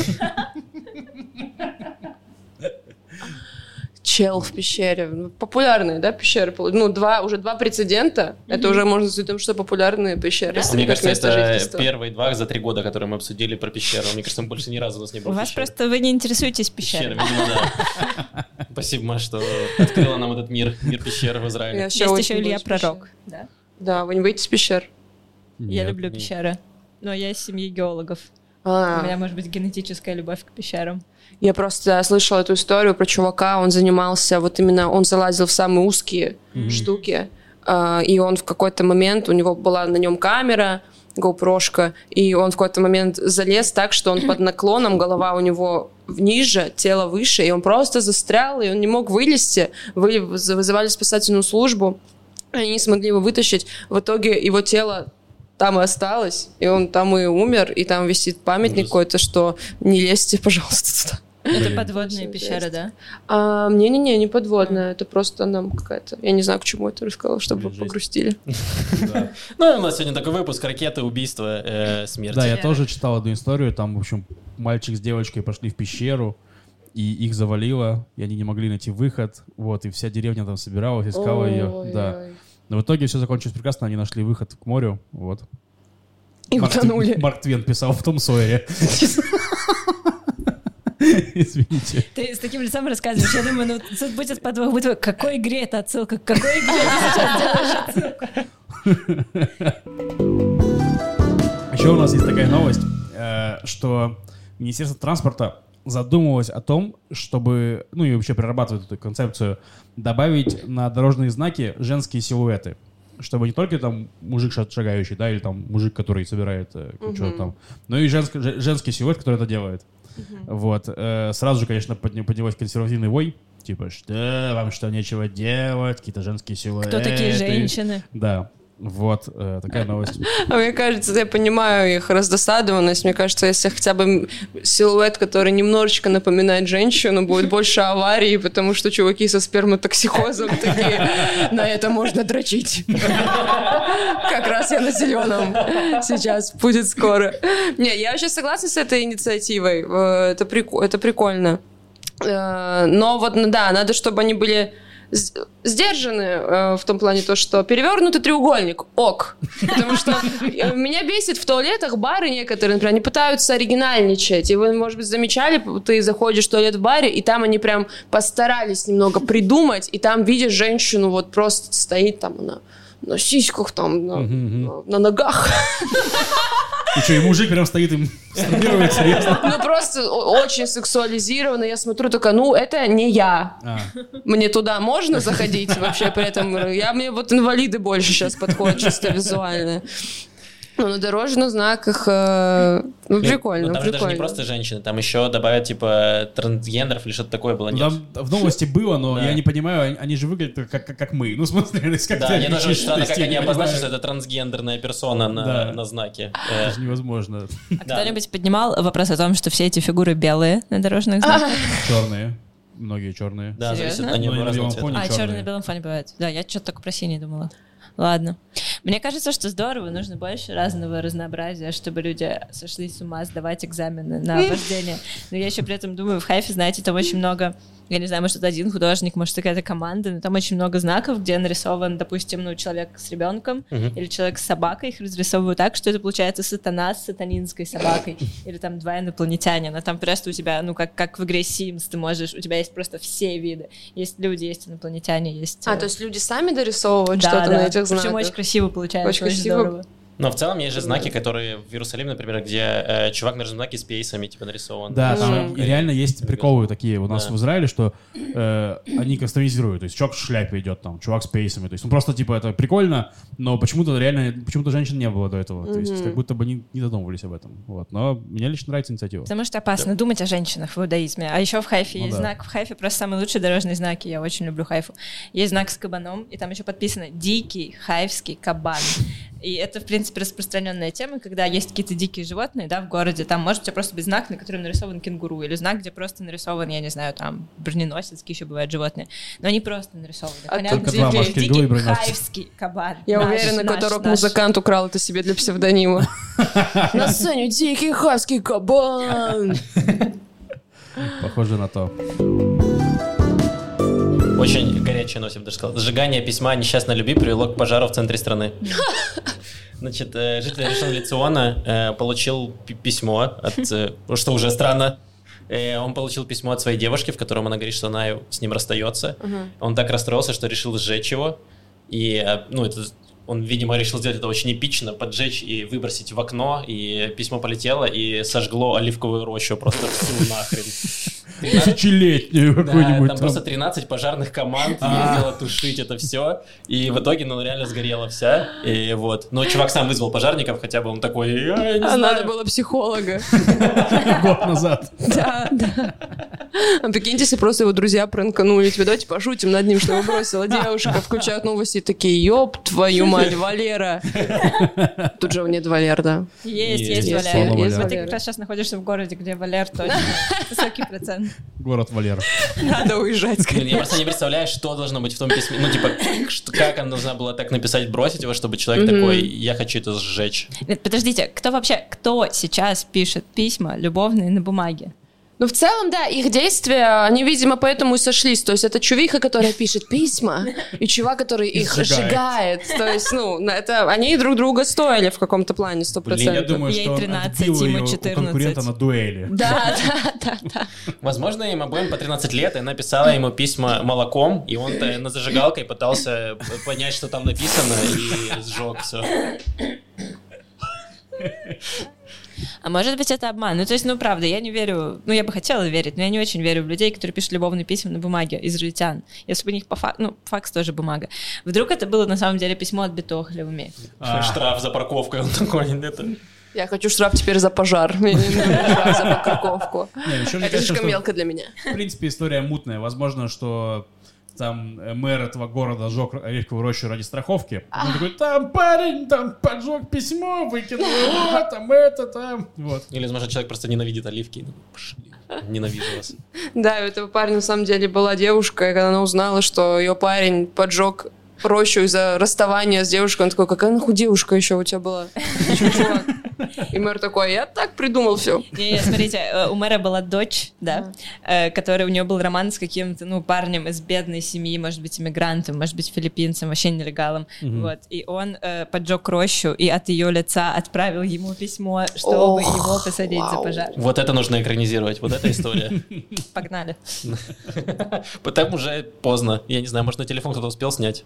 Чел в пещере. Ну, популярные, да, пещеры? Ну, два, уже два прецедента. Это уже можно сказать, потому что популярные пещеры. Да. стали Мне как кажется, место это жительства. первые два за три года, которые мы обсудили про пещеру. Мне кажется, мы больше ни разу у нас не было У вас пещеры. просто вы не интересуетесь Пещеры, пещерами. видимо, да. Спасибо, Маш, что открыла нам этот мир, мир пещеры в Я Израиле. вообще Есть очень еще Илья боюсь пещер. Пророк. Да? Да, вы не боитесь пещер? Я Нет. люблю нет. пещеры. Но я из семьи геологов. А, У меня может быть генетическая любовь к пещерам. Я просто слышала эту историю про чувака, он занимался, вот именно, он залазил в самые узкие штуки, а, и он в какой-то момент, у него была на нем камера, GoPro-шка, и он в какой-то момент залез так, что он под наклоном, голова у него ниже, тело выше, и он просто застрял, и он не мог вылезти, Вы- вызывали спасательную службу, они не смогли его вытащить, в итоге его тело там и осталось, и он там и умер, и там висит памятник Ужас. какой-то, что не лезьте, пожалуйста, туда. Это Блин. подводные Вообще пещеры, жесть. да? А, не-не-не, не подводная, это просто нам какая-то... Я не знаю, к чему это рассказала, чтобы Блин, вы жесть. погрустили. Да. Ну, у нас сегодня такой выпуск: ракеты, убийства, э, смерть. Да, я Да. тоже читал одну историю. Там, в общем, мальчик с девочкой пошли в пещеру. и их завалило, и они не могли найти выход, вот, и вся деревня там собиралась, искала ее, да. Но в итоге все закончилось прекрасно, они нашли выход к морю, вот. И Марк, утонули. Марк Твен писал в Том Сойере. Извините. Ты с таким лицом рассказываешь, я думаю, ну тут будет подвох, будет, к какой игре это отсылка, к какой игре ты сейчас делаешь отсылку? Еще у нас есть такая новость, что Министерство транспорта задумывалось о том, чтобы, ну и вообще прорабатывает эту концепцию, добавить на дорожные знаки женские силуэты. Чтобы не только там мужик шагающий, да, или там мужик, который собирает э, uh-huh. что-то там, но и женск, женский силуэт, который это делает. Uh-huh. Вот. Э, сразу же, конечно, поднялась консервативный вой. Типа, что, вам что, нечего делать? Какие-то женские силуэты. Кто такие женщины? Да. Вот, э, такая новость. А мне кажется, я понимаю их раздосадованность. Мне кажется, если хотя бы силуэт, который немножечко напоминает женщину, будет больше аварий, потому что чуваки со сперматоксикозом такие, на это можно дрочить. Как раз я на зеленом сейчас, будет скоро. Не, я вообще согласна с этой инициативой. Это прикольно. Но вот, да, надо, чтобы они были сдержаны э, в том плане то, что перевернутый треугольник, ок. Потому что меня бесит в туалетах бары некоторые, например, они пытаются оригинальничать. И вы, может быть, замечали, ты заходишь в туалет в баре, и там они прям постарались немного придумать, и там видишь женщину, вот просто стоит там на, на сиськах, там, на, на, на ногах. И что, и мужик прям стоит им стругирует, серьезно? Ну, просто очень сексуализированно. Я смотрю, такая, ну, это не я. А. Мне туда можно заходить вообще при этом? Я, мне вот инвалиды больше сейчас подходят, чисто визуально. Ну, на дорожных знаках э, ну, прикольно, ну, там прикольно. же даже не просто женщины, там еще добавят, типа, трансгендеров или что-то такое было, нет? Там в новости было, но я не понимаю, они же выглядят как, как, как мы. Ну, в смысле, то есть как да, мне тоже очень странно, как они обозначили, что это трансгендерная персона на, да. на знаке. Это же невозможно. А кто-нибудь поднимал вопрос о том, что все эти фигуры белые на дорожных знаках? Черные. Многие черные. Да, зависит, они на белом фоне А, черные на белом фоне бывают. Да, я что-то только про синий думала. Ладно. Мне кажется, что здорово, нужно больше разного разнообразия, чтобы люди сошли с ума сдавать экзамены на вождение. Но я еще при этом думаю, в Хайфе, знаете, там очень много, я не знаю, может, это один художник, может, какая-то команда, но там очень много знаков, где нарисован, допустим, ну, человек с ребенком uh-huh. или человек с собакой, их разрисовывают так, что это получается сатана с сатанинской собакой, или там два инопланетянина. Там просто у тебя, ну, как, как в игре Sims, ты можешь, у тебя есть просто все виды. Есть люди, есть инопланетяне, есть... А, то есть люди сами дорисовывают да, что-то да. на этих знаках? Причем очень красиво получается, очень, очень красиво. здорово. Но в целом есть же знаки, которые в Иерусалиме, например, где э, чувак на знаке с пейсами типа нарисован. Да, там mm. реально есть приколы такие у нас да. в Израиле, что э, они кастомизируют. То есть чувак в шляпе идет, там, чувак с пейсами. То есть ну просто типа это прикольно, но почему-то реально, почему-то женщин не было до этого. Mm-hmm. То есть как будто бы не, не додумывались об этом. Вот. Но мне лично нравится инициатива. Потому что опасно да. думать о женщинах в иудаизме. А еще в Хайфе ну, есть да. знак. В Хайфе просто самые лучшие дорожные знаки. Я очень люблю Хайфу. Есть знак с кабаном, и там еще подписано «Дикий хайфский кабан». И это, в принципе, распространенная тема, когда есть какие-то дикие животные, да, в городе, там может у тебя просто быть знак, на котором нарисован кенгуру, или знак, где просто нарисован, я не знаю, там, броненосец, какие еще бывают животные, но они просто нарисованы. А понятно, дикий, дикий хайфский кабан. Я наш, уверена, наш, которого наш. музыкант украл это себе для псевдонима. На сцене дикий хайфский кабан. Похоже на то. Очень горячая новость, я бы даже сказал. Сжигание письма о несчастной любви привело к пожару в центре страны. Значит, житель Ришон Лециона получил письмо, от, что уже странно. Он получил письмо от своей девушки, в котором она говорит, что она с ним расстается. Он так расстроился, что решил сжечь его. И, ну, это... Он, видимо, решил сделать это очень эпично, поджечь и выбросить в окно, и письмо полетело и сожгло оливковую рощу просто всю нахрен. Тысячелетнюю какую-нибудь. Да, там просто тринадцать пожарных команд ездило тушить это все, и в итоге, ну, реально сгорела вся, и вот. Но чувак сам вызвал пожарников, хотя бы он такой, я не знаю. А надо было психолога. Год назад. Да, да. А прикиньте, если просто его друзья пранканули, тебе давайте пошутим над ним, что его бросила девушка, включают новости, такие, ёб твою мать, Валера. Тут же нет Валер, да? Есть, есть, есть Валер. Есть. Вот ты как раз сейчас находишься в городе, где Валер точно. Высокий процент. Город Валер. Надо уезжать. Блин, я просто не представляю, что должно быть в том письме. Ну, типа, что, как она должна была так написать, бросить его, чтобы человек mm-hmm. такой, я хочу это сжечь. Нет, подождите, кто вообще, кто сейчас пишет письма любовные на бумаге? Ну, в целом, да, их действия, они, видимо, поэтому и сошлись. То есть это чувиха, которая пишет письма, и чувак, который их сжигает. То есть, ну, это они друг друга стоили в каком-то плане, сто процентов. Я думаю, Ей что он тринадцать, отбил ему ее у четырнадцать. конкурента на дуэли. Да, да, да, да. Возможно, им обоим по тринадцать лет, и она писала ему письма молоком, и он на зажигалкой пытался понять, что там написано, и сжег все. А может быть, это обман? Ну, то есть, ну, правда, я не верю, ну, я бы хотела верить, но я не очень верю в людей, которые пишут любовные письма на бумаге, израильтян. Если бы у них по факту, ну, факс тоже бумага. Вдруг это было, на самом деле, письмо от Битохлевыми. А. Штраф за парковкой, он такой, это... Я хочу штраф теперь за пожар. Мне не нужен штраф за парковку. Это слишком мелко для меня. В принципе, история мутная. Возможно, что там мэр этого города сжег оливковую рощу ради страховки. Он такой, там парень, там поджег письмо, выкинул его, там это, там. Вот. Или, возможно, человек просто ненавидит оливки. Пошли, ненавижу вас. Да, у этого парня на самом деле была девушка, и когда она узнала, что ее парень поджег рощу из-за расставания с девушкой, он такой, какая нахуй девушка еще у тебя была? Чувак. И мэр такой, я так придумал все. Не, смотрите, у мэра была дочь, да, которая, у нее был роман с каким-то, ну, парнем из бедной семьи, может быть, иммигрантом, может быть, филиппинцем, вообще нелегалом, вот, и он поджег рощу и от ее лица отправил ему письмо, чтобы его посадить за пожар. Вот это нужно экранизировать, вот эта история. Погнали. Потом уже поздно, я не знаю, может, на телефон кто-то успел снять.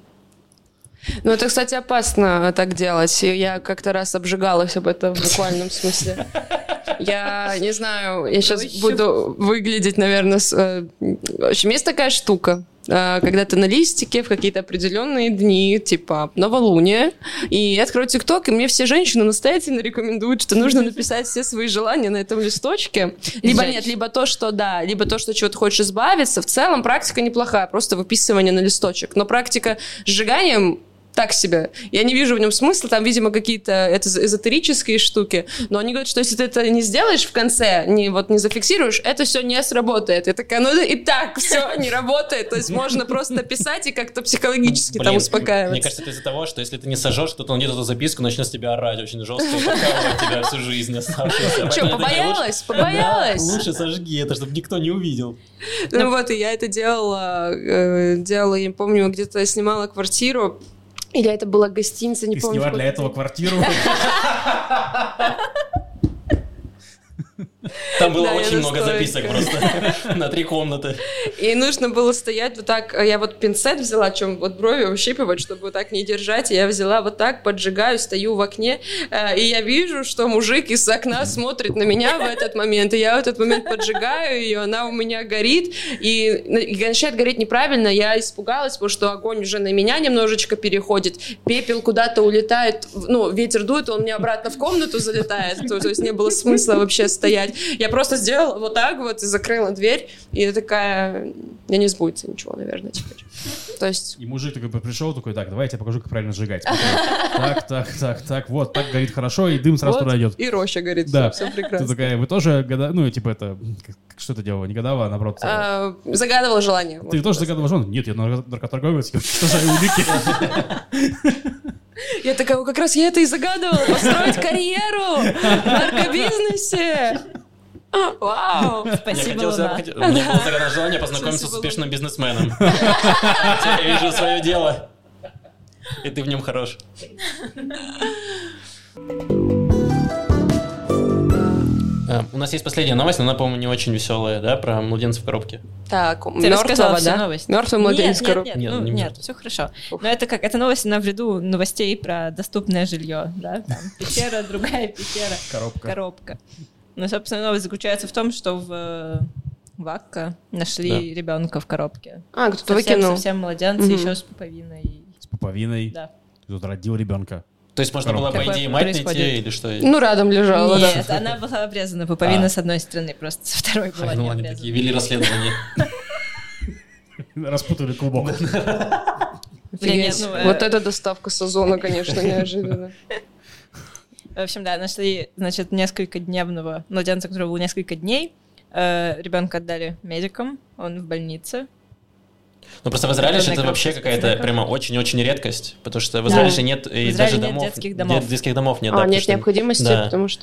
Ну, это, кстати, опасно так делать. Я как-то раз обжигалась об этом в буквальном смысле. Я не знаю, я сейчас буду выглядеть, наверное... С... В общем, есть такая штука. Когда ты на листике в какие-то определенные дни, типа новолуние, и я открою ТикТок, и мне все женщины настоятельно рекомендуют, что нужно написать все свои желания на этом листочке. Либо нет, либо то, что да, либо то, что чего-то хочешь избавиться. В целом практика неплохая, просто выписывание на листочек. Но практика с сжиганием так себе. Я не вижу в нем смысла, там, видимо, какие-то это эзотерические штуки, но они говорят, что если ты это не сделаешь в конце, не, вот, не зафиксируешь, это все не сработает. Я такая, ну и так все не работает, то есть можно просто писать и как-то психологически Блин, там успокаиваться. Мне кажется, это из-за того, что если ты не сожжешь, кто-то найдет эту записку, начнет с тебя орать очень жестко и подкалывать тебя всю жизнь оставшуюся. Что, побоялась? Побоялась? Лучше сожги это, чтобы никто не увидел. Ну вот, и я это делала, делала, я помню, где-то снимала квартиру, или это была гостиница, не Ты помню. Ты сняла для этого квартиру? Там было да, очень много записок просто на три комнаты. И нужно было стоять вот так. Я вот пинцет взяла, чем вот брови ущипывать, чтобы вот так не держать. И я взяла вот так, поджигаю, стою в окне. И я вижу, что мужик из окна смотрит на меня в этот момент. И я в этот момент поджигаю ее, она у меня горит. И, и начинает гореть неправильно. Я испугалась, потому что огонь уже на меня немножечко переходит. Пепел куда-то улетает. Ну, ветер дует, он мне обратно в комнату залетает. То, то есть не было смысла вообще стоять. Я просто сделала вот так вот и закрыла дверь, и я такая, мне не сбудется ничего, наверное, теперь. То есть... И мужик такой пришел, такой, так, давай я тебе покажу, как правильно сжигать. Так, так, так, так, вот, так горит хорошо, и дым сразу туда идет. И роща горит, да. все прекрасно. Ты такая, вы тоже, ну, типа это, что ты делала, не гадала, а наоборот? А, загадывала желание. Ты тоже загадывала желание? Нет, я наркоторговец, что за улики? Я такая, как раз я это и загадывала, построить карьеру в наркобизнесе. Вау! Спасибо, Луна. У меня было загадное желание познакомиться с успешным бизнесменом. Я вижу свое дело, и ты в нем хорош. У нас есть последняя новость, но она, по-моему, не очень веселая, да, про младенца в коробке. Так, ты рассказала всю новость. Мертвый младенец в коробке. Нет, нет, нет, ну, нет, все хорошо. Но это как, это новость на вреду новостей про доступное жилье, да, там, пещера, другая пещера, коробка. коробка. Ну, собственно, новость заключается в том, что в Вакка нашли да. ребенка в коробке. А, кто-то совсем, выкинул. Совсем младенца, угу. еще с пуповиной. С пуповиной? Да. Кто-то родил ребенка. То есть можно было, по идее, мать найти или что? Ну, рядом лежала. Нет, да. она была обрезана пуповина а. с одной стороны, просто со второй была ну, не они обрезана. такие вели расследование. Распутали клубок. Вот эта доставка с Озона, конечно, неожиданно. В общем, да, нашли, значит, несколько дневного младенца, которого было несколько дней. Ребенка отдали медикам, он в больнице. Ну, просто в Израиле это, это вообще какая-то прямо очень-очень редкость, потому что в Израиле же да. нет и даже домов. Детских домов. Детских домов нет. А, да, нет что... необходимости, да. потому что...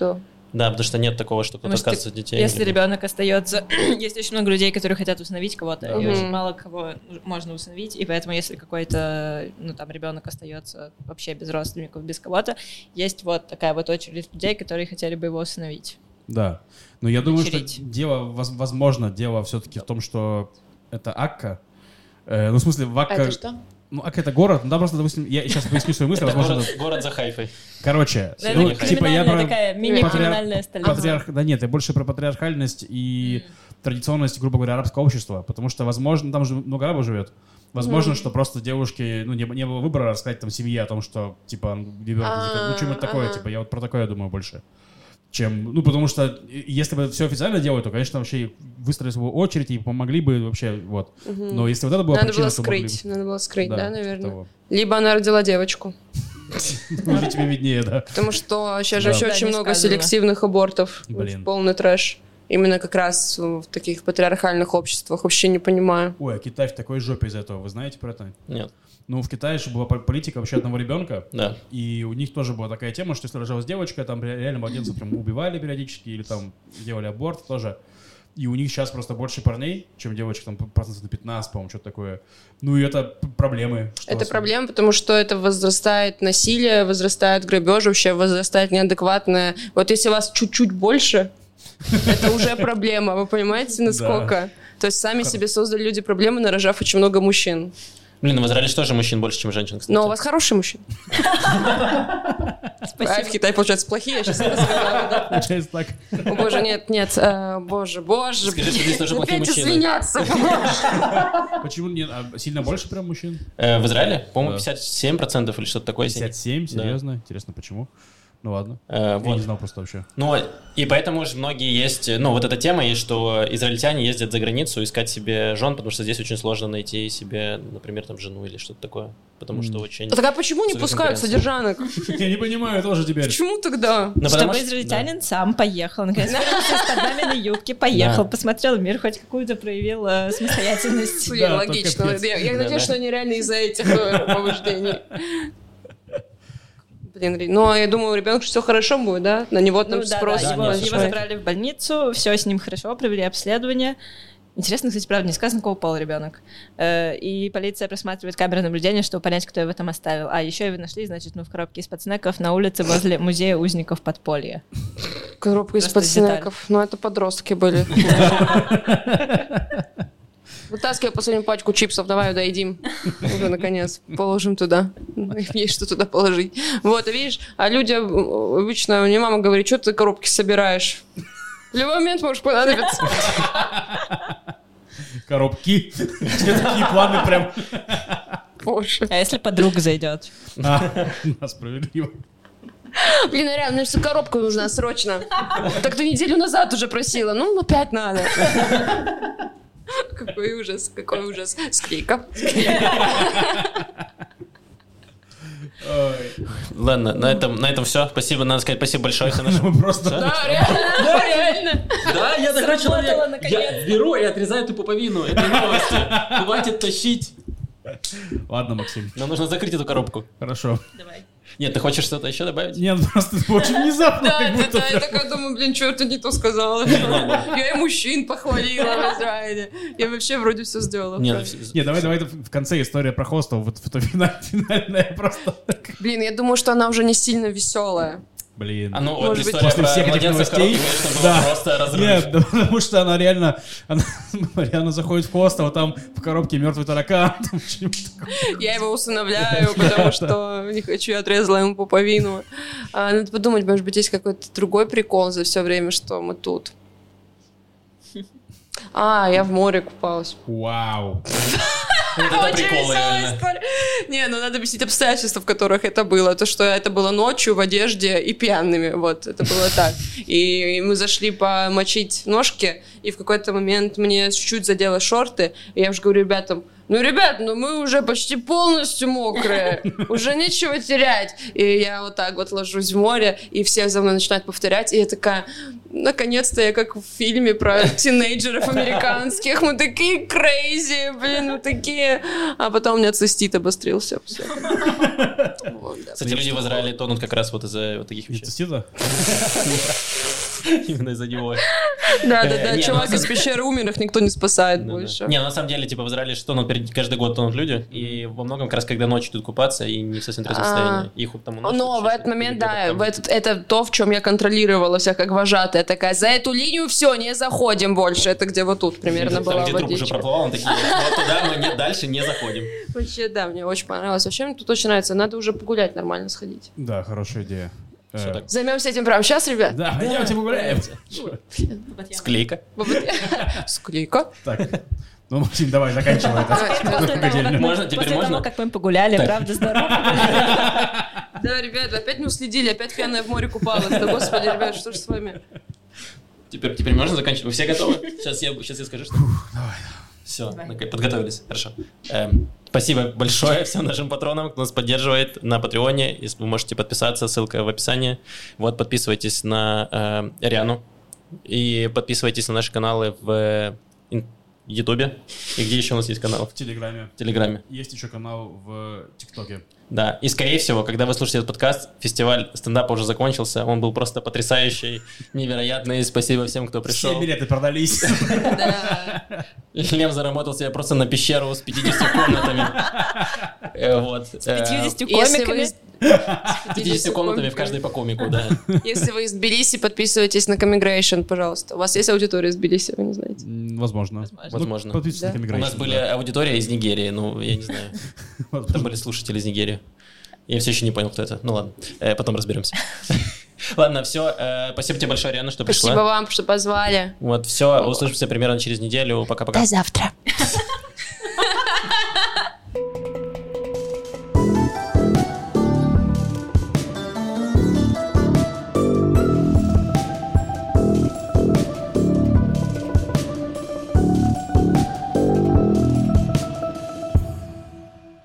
Да, потому что нет такого, что кто-то отказывается от детей. Если или- ребенок остается... Есть очень много людей, которые хотят усыновить кого-то, и Мгм. очень мало кого можно усыновить, и поэтому если какой-то, ну, там, ребенок остается вообще без родственников, без кого-то, есть вот такая вот очередь людей, которые хотели бы его усыновить. Да. Но я думаю, Очередь. что дело, воз- возможно, дело все-таки в том, что это Акка. Э, ну, в смысле, в Акка... Это что? Ну, Акка — это город. Ну, да, просто, допустим, я сейчас поясню свою мысль, Это возможно... город, город за Хайфой. Короче, Это ну, это типа я криминальная про... такая мини-криминальная столица. Патриарх... Да нет, я больше про патриархальность и традиционность, грубо говоря, арабского общества. Потому что, возможно, там же много арабов живет. Возможно, Мгм. что просто девушке, ну, не, не было выбора рассказать там семье о том, что, типа, ребенок, ну, что-нибудь такое, Ага. типа, я вот про такое думаю больше. Чем, ну, потому что и- если бы все официально делали, то, конечно, вообще выстроили свою очередь и помогли бы вообще, вот. Мгм. Но если вот это была Надо причина, было то могли бы- скрыть, надо было скрыть, да, наверное. того. Либо она родила девочку. Ну, уже тебе виднее, да. Потому что сейчас же Да. еще Да, очень не много сказано. селективных абортов. Блин. Полный трэш. Именно как раз в таких патриархальных обществах. Вообще не понимаю. Ой, а Китай в такой жопе из-за этого. Вы знаете про это? Нет. Ну, в Китае же была по- политика вообще одного ребенка. Да. И у них тоже была такая тема, что если рожалась девочка, там ре- реально младенцев прям убивали периодически или там делали аборт тоже. И у них сейчас просто больше парней, чем девочек, там процентов на пятнадцать, по-моему, что-то такое. Ну и это п- проблемы. что Это с- проблема, потому что это возрастает насилие, возрастает грабеж, вообще возрастает неадекватное. Вот если вас чуть-чуть больше, это уже проблема. Вы понимаете, насколько? То есть сами себе создали люди проблемы, нарожав очень много мужчин. Блин, ну в Израиле же тоже мужчин больше, чем женщин, кстати. Но у вас хороший мужчина. А в Китае, получается, плохие, я сейчас это сказала, да? Получается так. О, боже, нет, нет, э, боже, боже. Скажи, что здесь тоже плохие Опять мужчины. извиняться, боже. Почему нет? А сильно больше прям мужчин? Э, в Израиле, по-моему, Да. пятьдесят семь процентов или что-то такое. если не- пятьдесят семь? Да. Серьезно? Интересно, почему? Ну ладно. Э, Я вот. не знал просто вообще. Ну, и поэтому же многие есть, ну, вот эта тема есть, что израильтяне ездят за границу искать себе жен, потому что здесь очень сложно найти себе, например, там, жену или что-то такое, потому что очень... Так а почему не Супер пускают конкуренция. содержанок? Я не понимаю тоже теперь. Почему тогда? Ну, потому Чтобы что- израильтянин сам поехал, наконец, вырвался из-под маминой юбки, поехал, Да. посмотрел мир, хоть какую-то проявил э, самостоятельность. Блин, Да, логично. то капец. Я, я Да, надеюсь, да. что они реально из-за этих э, побуждений. Блин, Ри- ну, я думаю, у ребенка все хорошо будет, да? На него там Ну да, спрос да, его, нет, его большой. забрали в больницу, все с ним хорошо, провели обследование. Интересно, кстати, правда, не сказано, какого пола ребенок. Э, И полиция просматривает камеры наблюдения, чтобы понять, кто его там оставил. А еще его нашли, значит, ну, в коробке из-под снеков на улице возле музея узников подполья. Коробка из-под Просто деталь. снеков. Ну, это подростки были. Вытаскивай последнюю пачку чипсов, давай доедим. Уже, наконец, положим туда. Есть что туда положить. Вот, и видишь, а люди э, обычно, мне мама говорит, что ты коробки собираешь? В любой момент можешь понадобиться. Коробки. Такие планы прям. Боже. А если подруга зайдет? А, да, справедливо. Блин, а реально, мне что коробка нужна срочно. Так ты неделю назад уже просила. Ну, опять надо. Какой ужас, какой ужас. Склейка. Ой. Ладно, на этом, на этом все. Спасибо, надо сказать спасибо большое за наше... Мы просто... Да, реально, да, реально. Да, я такой Сработало, человек. Я наконец-то. беру и отрезаю эту пуповину. Это новости. Хватит тащить. Ладно, Максим. Нам нужно закрыть эту коробку. Хорошо. Давай. Нет, ты хочешь что-то еще добавить? Нет, просто очень внезапно. Да, как да, будто да, я такая думаю, блин, что ты не то сказала. Я и мужчин похвалила в Израиле. Я вообще вроде все сделала. Нет, правильно. вс- Не, давай, давай это в конце история про хостел. Вот это финаль- финальная просто. Блин, я думаю, что она уже не сильно веселая. Блин. А ну, вот Может быть, история после про всех этих младенца в новостей, коробке, конечно, да. была просто разрыв. Нет, да, потому что она реально, она реально заходит в хостел, там в коробке мертвый таракан, там что-нибудь такое. Я его усыновляю, потому что не хочу, я отрезала ему пуповину. А, надо подумать, может быть, есть какой-то другой прикол за все время, что мы тут. А, я в море купалась. Вау. Вот это Очень приколы, веселая реально. история. Не, ну надо объяснить обстоятельства, в которых это было. То, что это было ночью в одежде и пьяными. Вот, это было так. И мы зашли помочить ножки, и в какой-то момент мне чуть-чуть задело шорты. И я уже говорю ребятам, ну, ребят, ну мы уже почти полностью мокрые, уже нечего терять. И я вот так вот ложусь в море, и все за мной начинают повторять, и я такая, наконец-то я как в фильме про тинейджеров американских, мы такие крейзи, блин, мы такие... А потом у меня цистит обострился. Все. Вот, да. Кстати, люди в Израиле тонут как раз вот из-за вот таких Не вещей. цистита? Именно из-за него. Да-да-да, Не, чувак ну, из пещеры умер, их никто не спасает Да, больше. да. Не, ну, на самом деле, типа, в Израиле что, ну, перед- каждый год тонут люди, и во многом как раз, когда ночью идут купаться, и не в совсем трезвом А. состоянии. Их там уносят, Но в сейчас этот момент, где-то да, там. в этот, это то, в чем я контролировала себя как вожатая. Такая, за эту линию все, не заходим больше. Это где вот тут примерно Там, была где труп уже водичка. проплывал, он такие, вот туда мы не, дальше не заходим. Вообще, да, мне очень понравилось. Вообще, мне тут очень нравится. Надо уже погулять нормально сходить. Да, хорошая идея. Всё Э, так. Займемся этим прямо сейчас, ребят? Да, пойдемте погуляем. Склейка. Склейка. Так, ну, Максим, давай, заканчивай это. Можно, теперь После можно? того, как мы погуляли, Так. правда, здорово. Да, ребят, вы опять не уследили, опять пьяная в море купалась. Да, господи, ребят, что ж с вами? Теперь, теперь можно заканчивать? Вы все готовы? Сейчас я, сейчас я скажу, что... Давай. Все, подготовились. Хорошо. Эм, спасибо большое всем нашим патронам, кто нас поддерживает на Патреоне. Если вы можете подписаться, ссылка в описании. Вот, подписывайтесь на э, Риану. И подписывайтесь на наши каналы в ин- Ютубе. И где еще у нас есть канал? В Телеграме. В Телеграме. Есть еще канал в ТикТоке. Да, и скорее всего, когда вы слушаете этот подкаст, фестиваль стендапа уже закончился. Он был просто потрясающий, невероятный. Спасибо всем, кто пришел. Все билеты продались. Да. Лев заработал себе просто на пещеру с пятьюдесятью комнатами. Э, Вот. С пятьюдесятью Если вы комиками. из- пятьюдесятью комнатами в каждой по комику, да. Если вы из Тбилиси, подписывайтесь на Comigration, пожалуйста. У вас есть аудитория из Тбилиси, вы не знаете? М, Возможно. Возможно. Ну, подписывайтесь Да. на У Comigration, нас были да. аудитория из Нигерии, ну, я не знаю. Там были слушатели из Нигерии. Я все еще не понял, кто это. Ну ладно, э, потом разберемся. Ладно, все. Спасибо тебе большое, Риана, что Спасибо пришла. вам, что позвали. Вот, все. Услышимся примерно через неделю. Пока-пока. завтра.